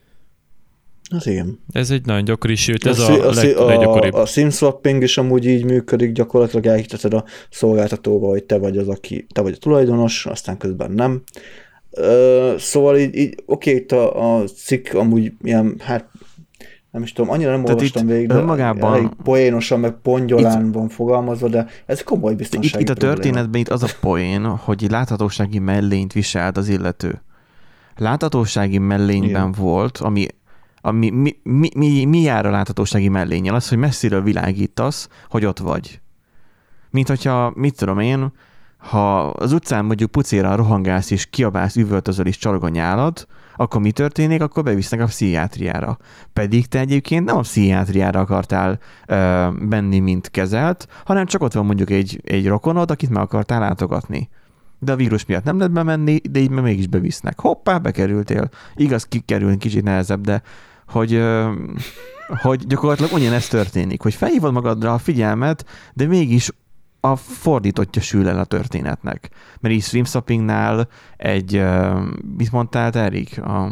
Az igen. Ez egy nagyon gyakori, sőt ez a, a, a leg, a, leggyakoribb. A SIM swapping is amúgy így működik, gyakorlatilag elhiteted a szolgáltatóba, hogy te vagy az, aki, te vagy a tulajdonos, aztán közben nem. Ö, szóval így, így oké, itt a, a cikk amúgy ilyen, hát nem is tudom, annyira nem tehát olvastam végig, de önmagában... elég poénosan, meg pongyolán itt, van fogalmazva, de ez komoly biztonsági Itt, itt a történetben itt az a poén, hogy láthatósági mellényt viselt az illető. Láthatósági mellényben igen. volt, ami ami, mi, mi, mi, mi jár a láthatósági mellénnyel? Az, hogy messziről világítasz, hogy ott vagy. Mint hogyha, mit tudom én, ha az utcán mondjuk pucéran rohangálsz és kiabálsz, üvöltözöl és csalog a nyálad, akkor mi történik? Akkor bevisznek a pszichiátriára. Pedig te egyébként nem a pszichiátriára akartál ö, benni, mint kezelt, hanem csak ott van mondjuk egy, egy rokonod, akit meg akartál látogatni. De a vírus miatt nem lehet bemenni, de így mégis bevisznek. Hoppá, bekerültél. Igaz, kikerülni kicsit nehezebb, de hogy, hogy gyakorlatilag ugyanezt történik, hogy felhívod magadra a figyelmet, de mégis a fordítottja sül el a történetnek. Mert így stream swappingnál egy, mit mondtál, Erik? A,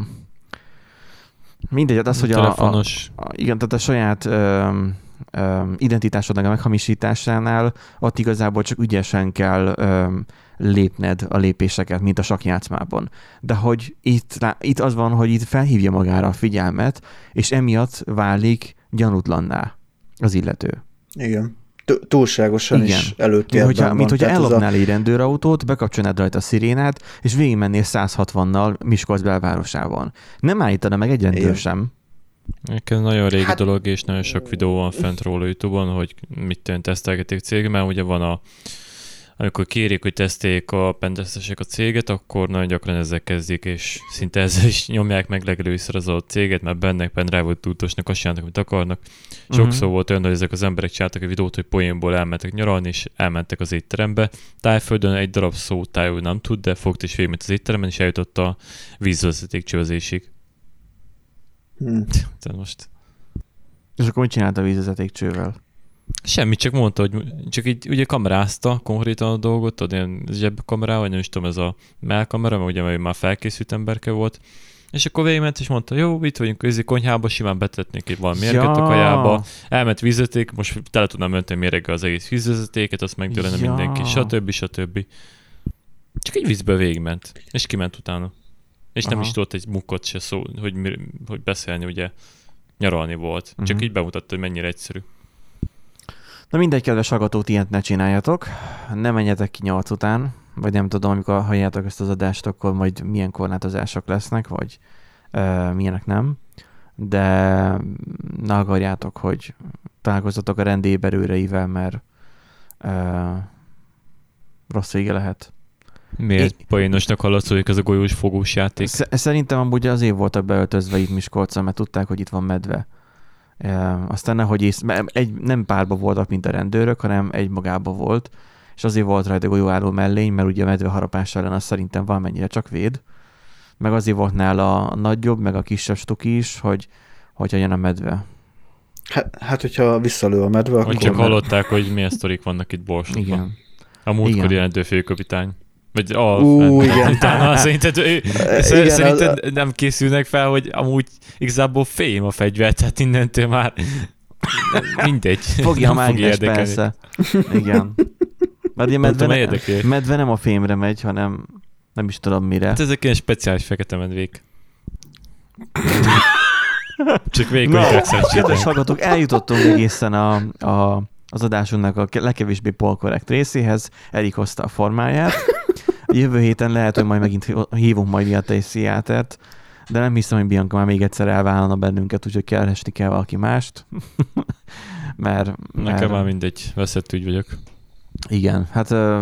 mindegy, az, hogy a, a, a, igen, tehát a saját ö, ö, identitásodnak a meghamisításánál ott igazából csak ügyesen kell ö, lépned a lépéseket, mint a sakkjátszmában. De hogy itt, itt az van, hogy itt felhívja magára a figyelmet, és emiatt válik gyanútlanná az illető. Igen. Túlságosan igen. is előttérben hogyha, van. Mint hogyha ellopnál a... egy rendőrautót, bekapcsolnád rajta a szirénát, és végigmennél száz hatvannal Miskolc belvárosában. Nem állítana meg egy rendőr sem. Ez nagyon régi hát... dolog, és nagyon sok videó van fent róla YouTube-on, hogy mit tűnt tesztelgetik cég, mert ugye van a amikor kérik, hogy teszteljék a pentesztesek a céget, akkor nagyon gyakran ezzel kezdik, és szinte ezzel is nyomják meg legelőször az adott céget, mert bennek pendrive-ot tudtosnak, azt csinálnak, amit akarnak. Sokszor uh-huh. volt olyan, hogy ezek az emberek csináltak egy videót, hogy poénból elmentek nyaralni, és elmentek az étterembe. Tájföldön egy darab szó tájul nem tud, de fogt és végigment az étteremben, és eljutott a vízvezetékcsőzésig. Hmm. most. És akkor mit csinált a vízvezetékcsővel? Semmit, csak mondta, hogy csak így ugye kamerázta konkrétan a dolgot, ad ilyen zsebkamerával, vagy nem is tudom, ez a mellkamera, mert ugye már felkészült emberke volt, és akkor végigment, és mondta, jó, itt vagyunk közé konyhába, simán betetnék itt valami mérget ja. a kajába, elment vízvezeték, most tele tudnám önteni mérege az egész vízvezetéket, azt megdőlene ja. mindenki, stb. stb. Csak egy vízbe végigment, és kiment utána. És aha. nem is tudott egy mukkot se szó, hogy, hogy beszélni, ugye nyaralni volt. Uh-huh. Csak így bemutatta, hogy mennyire egyszerű. Na mindegy, kedves hallgatók, ilyet ne csináljatok. Ne menjetek ki nyolc után, vagy nem tudom, amikor halljátok ezt az adást, akkor majd milyen korlátozások lesznek, vagy uh, milyenek nem. De ne akarjátok, hogy találkozzatok a rendélyberőreivel, mert uh, rossz vége lehet. Miért é... poénosnak hallatszódik ez a golyós fogós játék? Szerintem amúgy azért voltak beöltözve itt Miskolcon, mert tudták, hogy itt van medve. E, aztán nehogy ész... egy, nem párba voltak, mint a rendőrök, hanem egy magába volt, és azért volt rajta golyóálló mellény, mert ugye a medve harapás ellen az szerintem valamennyire csak véd. Meg azért volt nála a nagyobb, meg a kisebb stuki is, hogy hogyha jön a medve. Hát, hát hogyha visszalő a medve, akkor... Hogy csak hallották, hogy milyen sztorik vannak itt Borsodban. Igen. A múltkor jelentő főkapitány. Vagy a... Ú, igen. Utána szerinted, ő, igen, szerinted az... nem készülnek fel, hogy amúgy igazából fém a fegyver, tehát innentől már mindegy. Fogja a mágnes, persze. Igen. Mert a medve, ne, medve nem a fémre megy, hanem nem is tudom mire. Hát ezek ilyen speciális fekete medvék. Csak vékony no, kedves hallgatók, eljutottunk egészen a, a, az adásunknak a legkevésbé polkorrekt részéhez. Erik hozta a formáját. A jövő héten lehet, hogy majd megint hívunk majd miatt egy pszichiátert, de nem hiszem, hogy Bianca már még egyszer elvállalna bennünket, úgyhogy keresni kell valaki mást. mert, Nekem mert... már mindegy, veszett ügy vagyok. Igen, hát uh,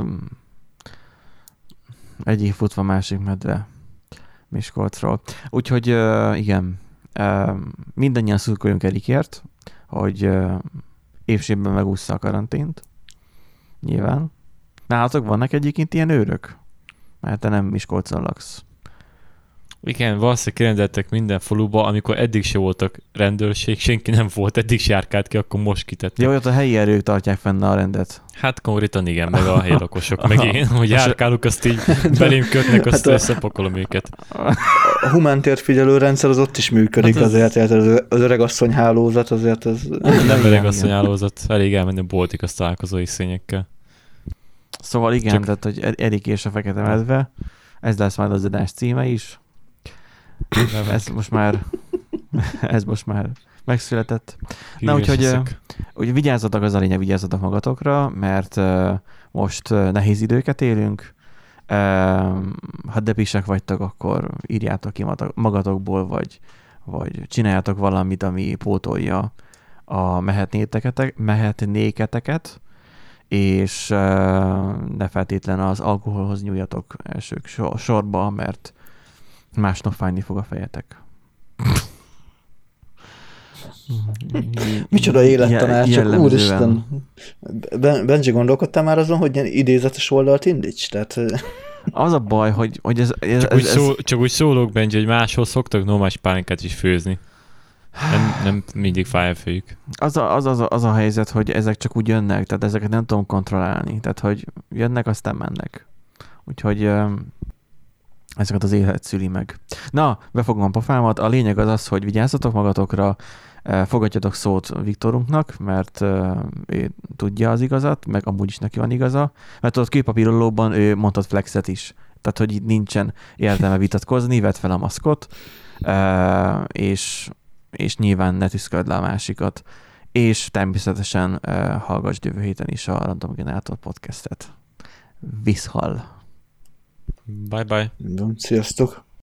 egy év futva másik medve Miskolcról. Úgyhogy uh, igen, uh, mindannyian szurkoljunk Erikért, hogy uh, évségben megúszza a karantént. Nyilván. Nálatok vannak egyébként ilyen őrök? Mert te nem Miskolcon laksz. Igen, valószínűleg kirendeltek minden faluba, amikor eddig se voltak rendőrség, senki nem volt, eddig se járkált ki, akkor most kitettek. Jó, ott a helyi erők tartják fenn a rendet. Hát konkrétan igen, meg a helyi lakosok, meg én, hogy járkálok, azt így belém kötnek, azt hát összepakolom őket. A humántérfigyelő rendszer az ott is működik, hát az... azért, az öregasszony hálózat azért ez... Nem öregasszony hálózat, elég elmenni a boltig a találkozói szényekkel. Szóval igen, Csak... tehát, hogy Erik és a fekete medve, ez lesz majd az adás címe is. Ez most már ez most már megszületett. Na, úgyhogy úgy vigyázzatok, az a lényeg, vigyázzatok magatokra, mert uh, most uh, nehéz időket élünk. Uh, ha depisek vagytok, akkor írjátok ki magatokból, vagy, vagy csináljátok valamit, ami pótolja a mehetnéketeket, és uh, ne feltétlen az alkoholhoz nyúljatok elsők sor- sorba, mert másnap fájni fog a fejetek. Micsoda élettanácsok, úristen. Benji, gondolkodtál már azon, hogy ilyen idézetes oldalt indíts? Tehát... Az a baj, hogy, hogy ez... ez, csak, ez, úgy szó, ez... csak úgy szólok, Benji, hogy máshol szoktak normás pálinkát is főzni. Nem, nem mindig fáj a fejük. Az a, az, az, a, az a helyzet, hogy ezek csak úgy jönnek, tehát ezeket nem tudom kontrollálni. Tehát, hogy jönnek, aztán mennek. Úgyhogy... ezeket az élet szüli meg. Na, befogom a pofámat. A lényeg az az, hogy vigyázzatok magatokra, fogadjatok szót Viktorunknak, mert ő tudja az igazat, meg amúgy is neki van igaza. Mert tudod, kőpapírolóban ő mondhat flexet is. Tehát, hogy itt nincsen értelme vitatkozni, vedd fel a maszkot, és, és nyilván ne tüszköld le a másikat. És természetesen hallgass jövő héten is a Random Generator podcastet. Viszhall! Bye bye. Sziasztok!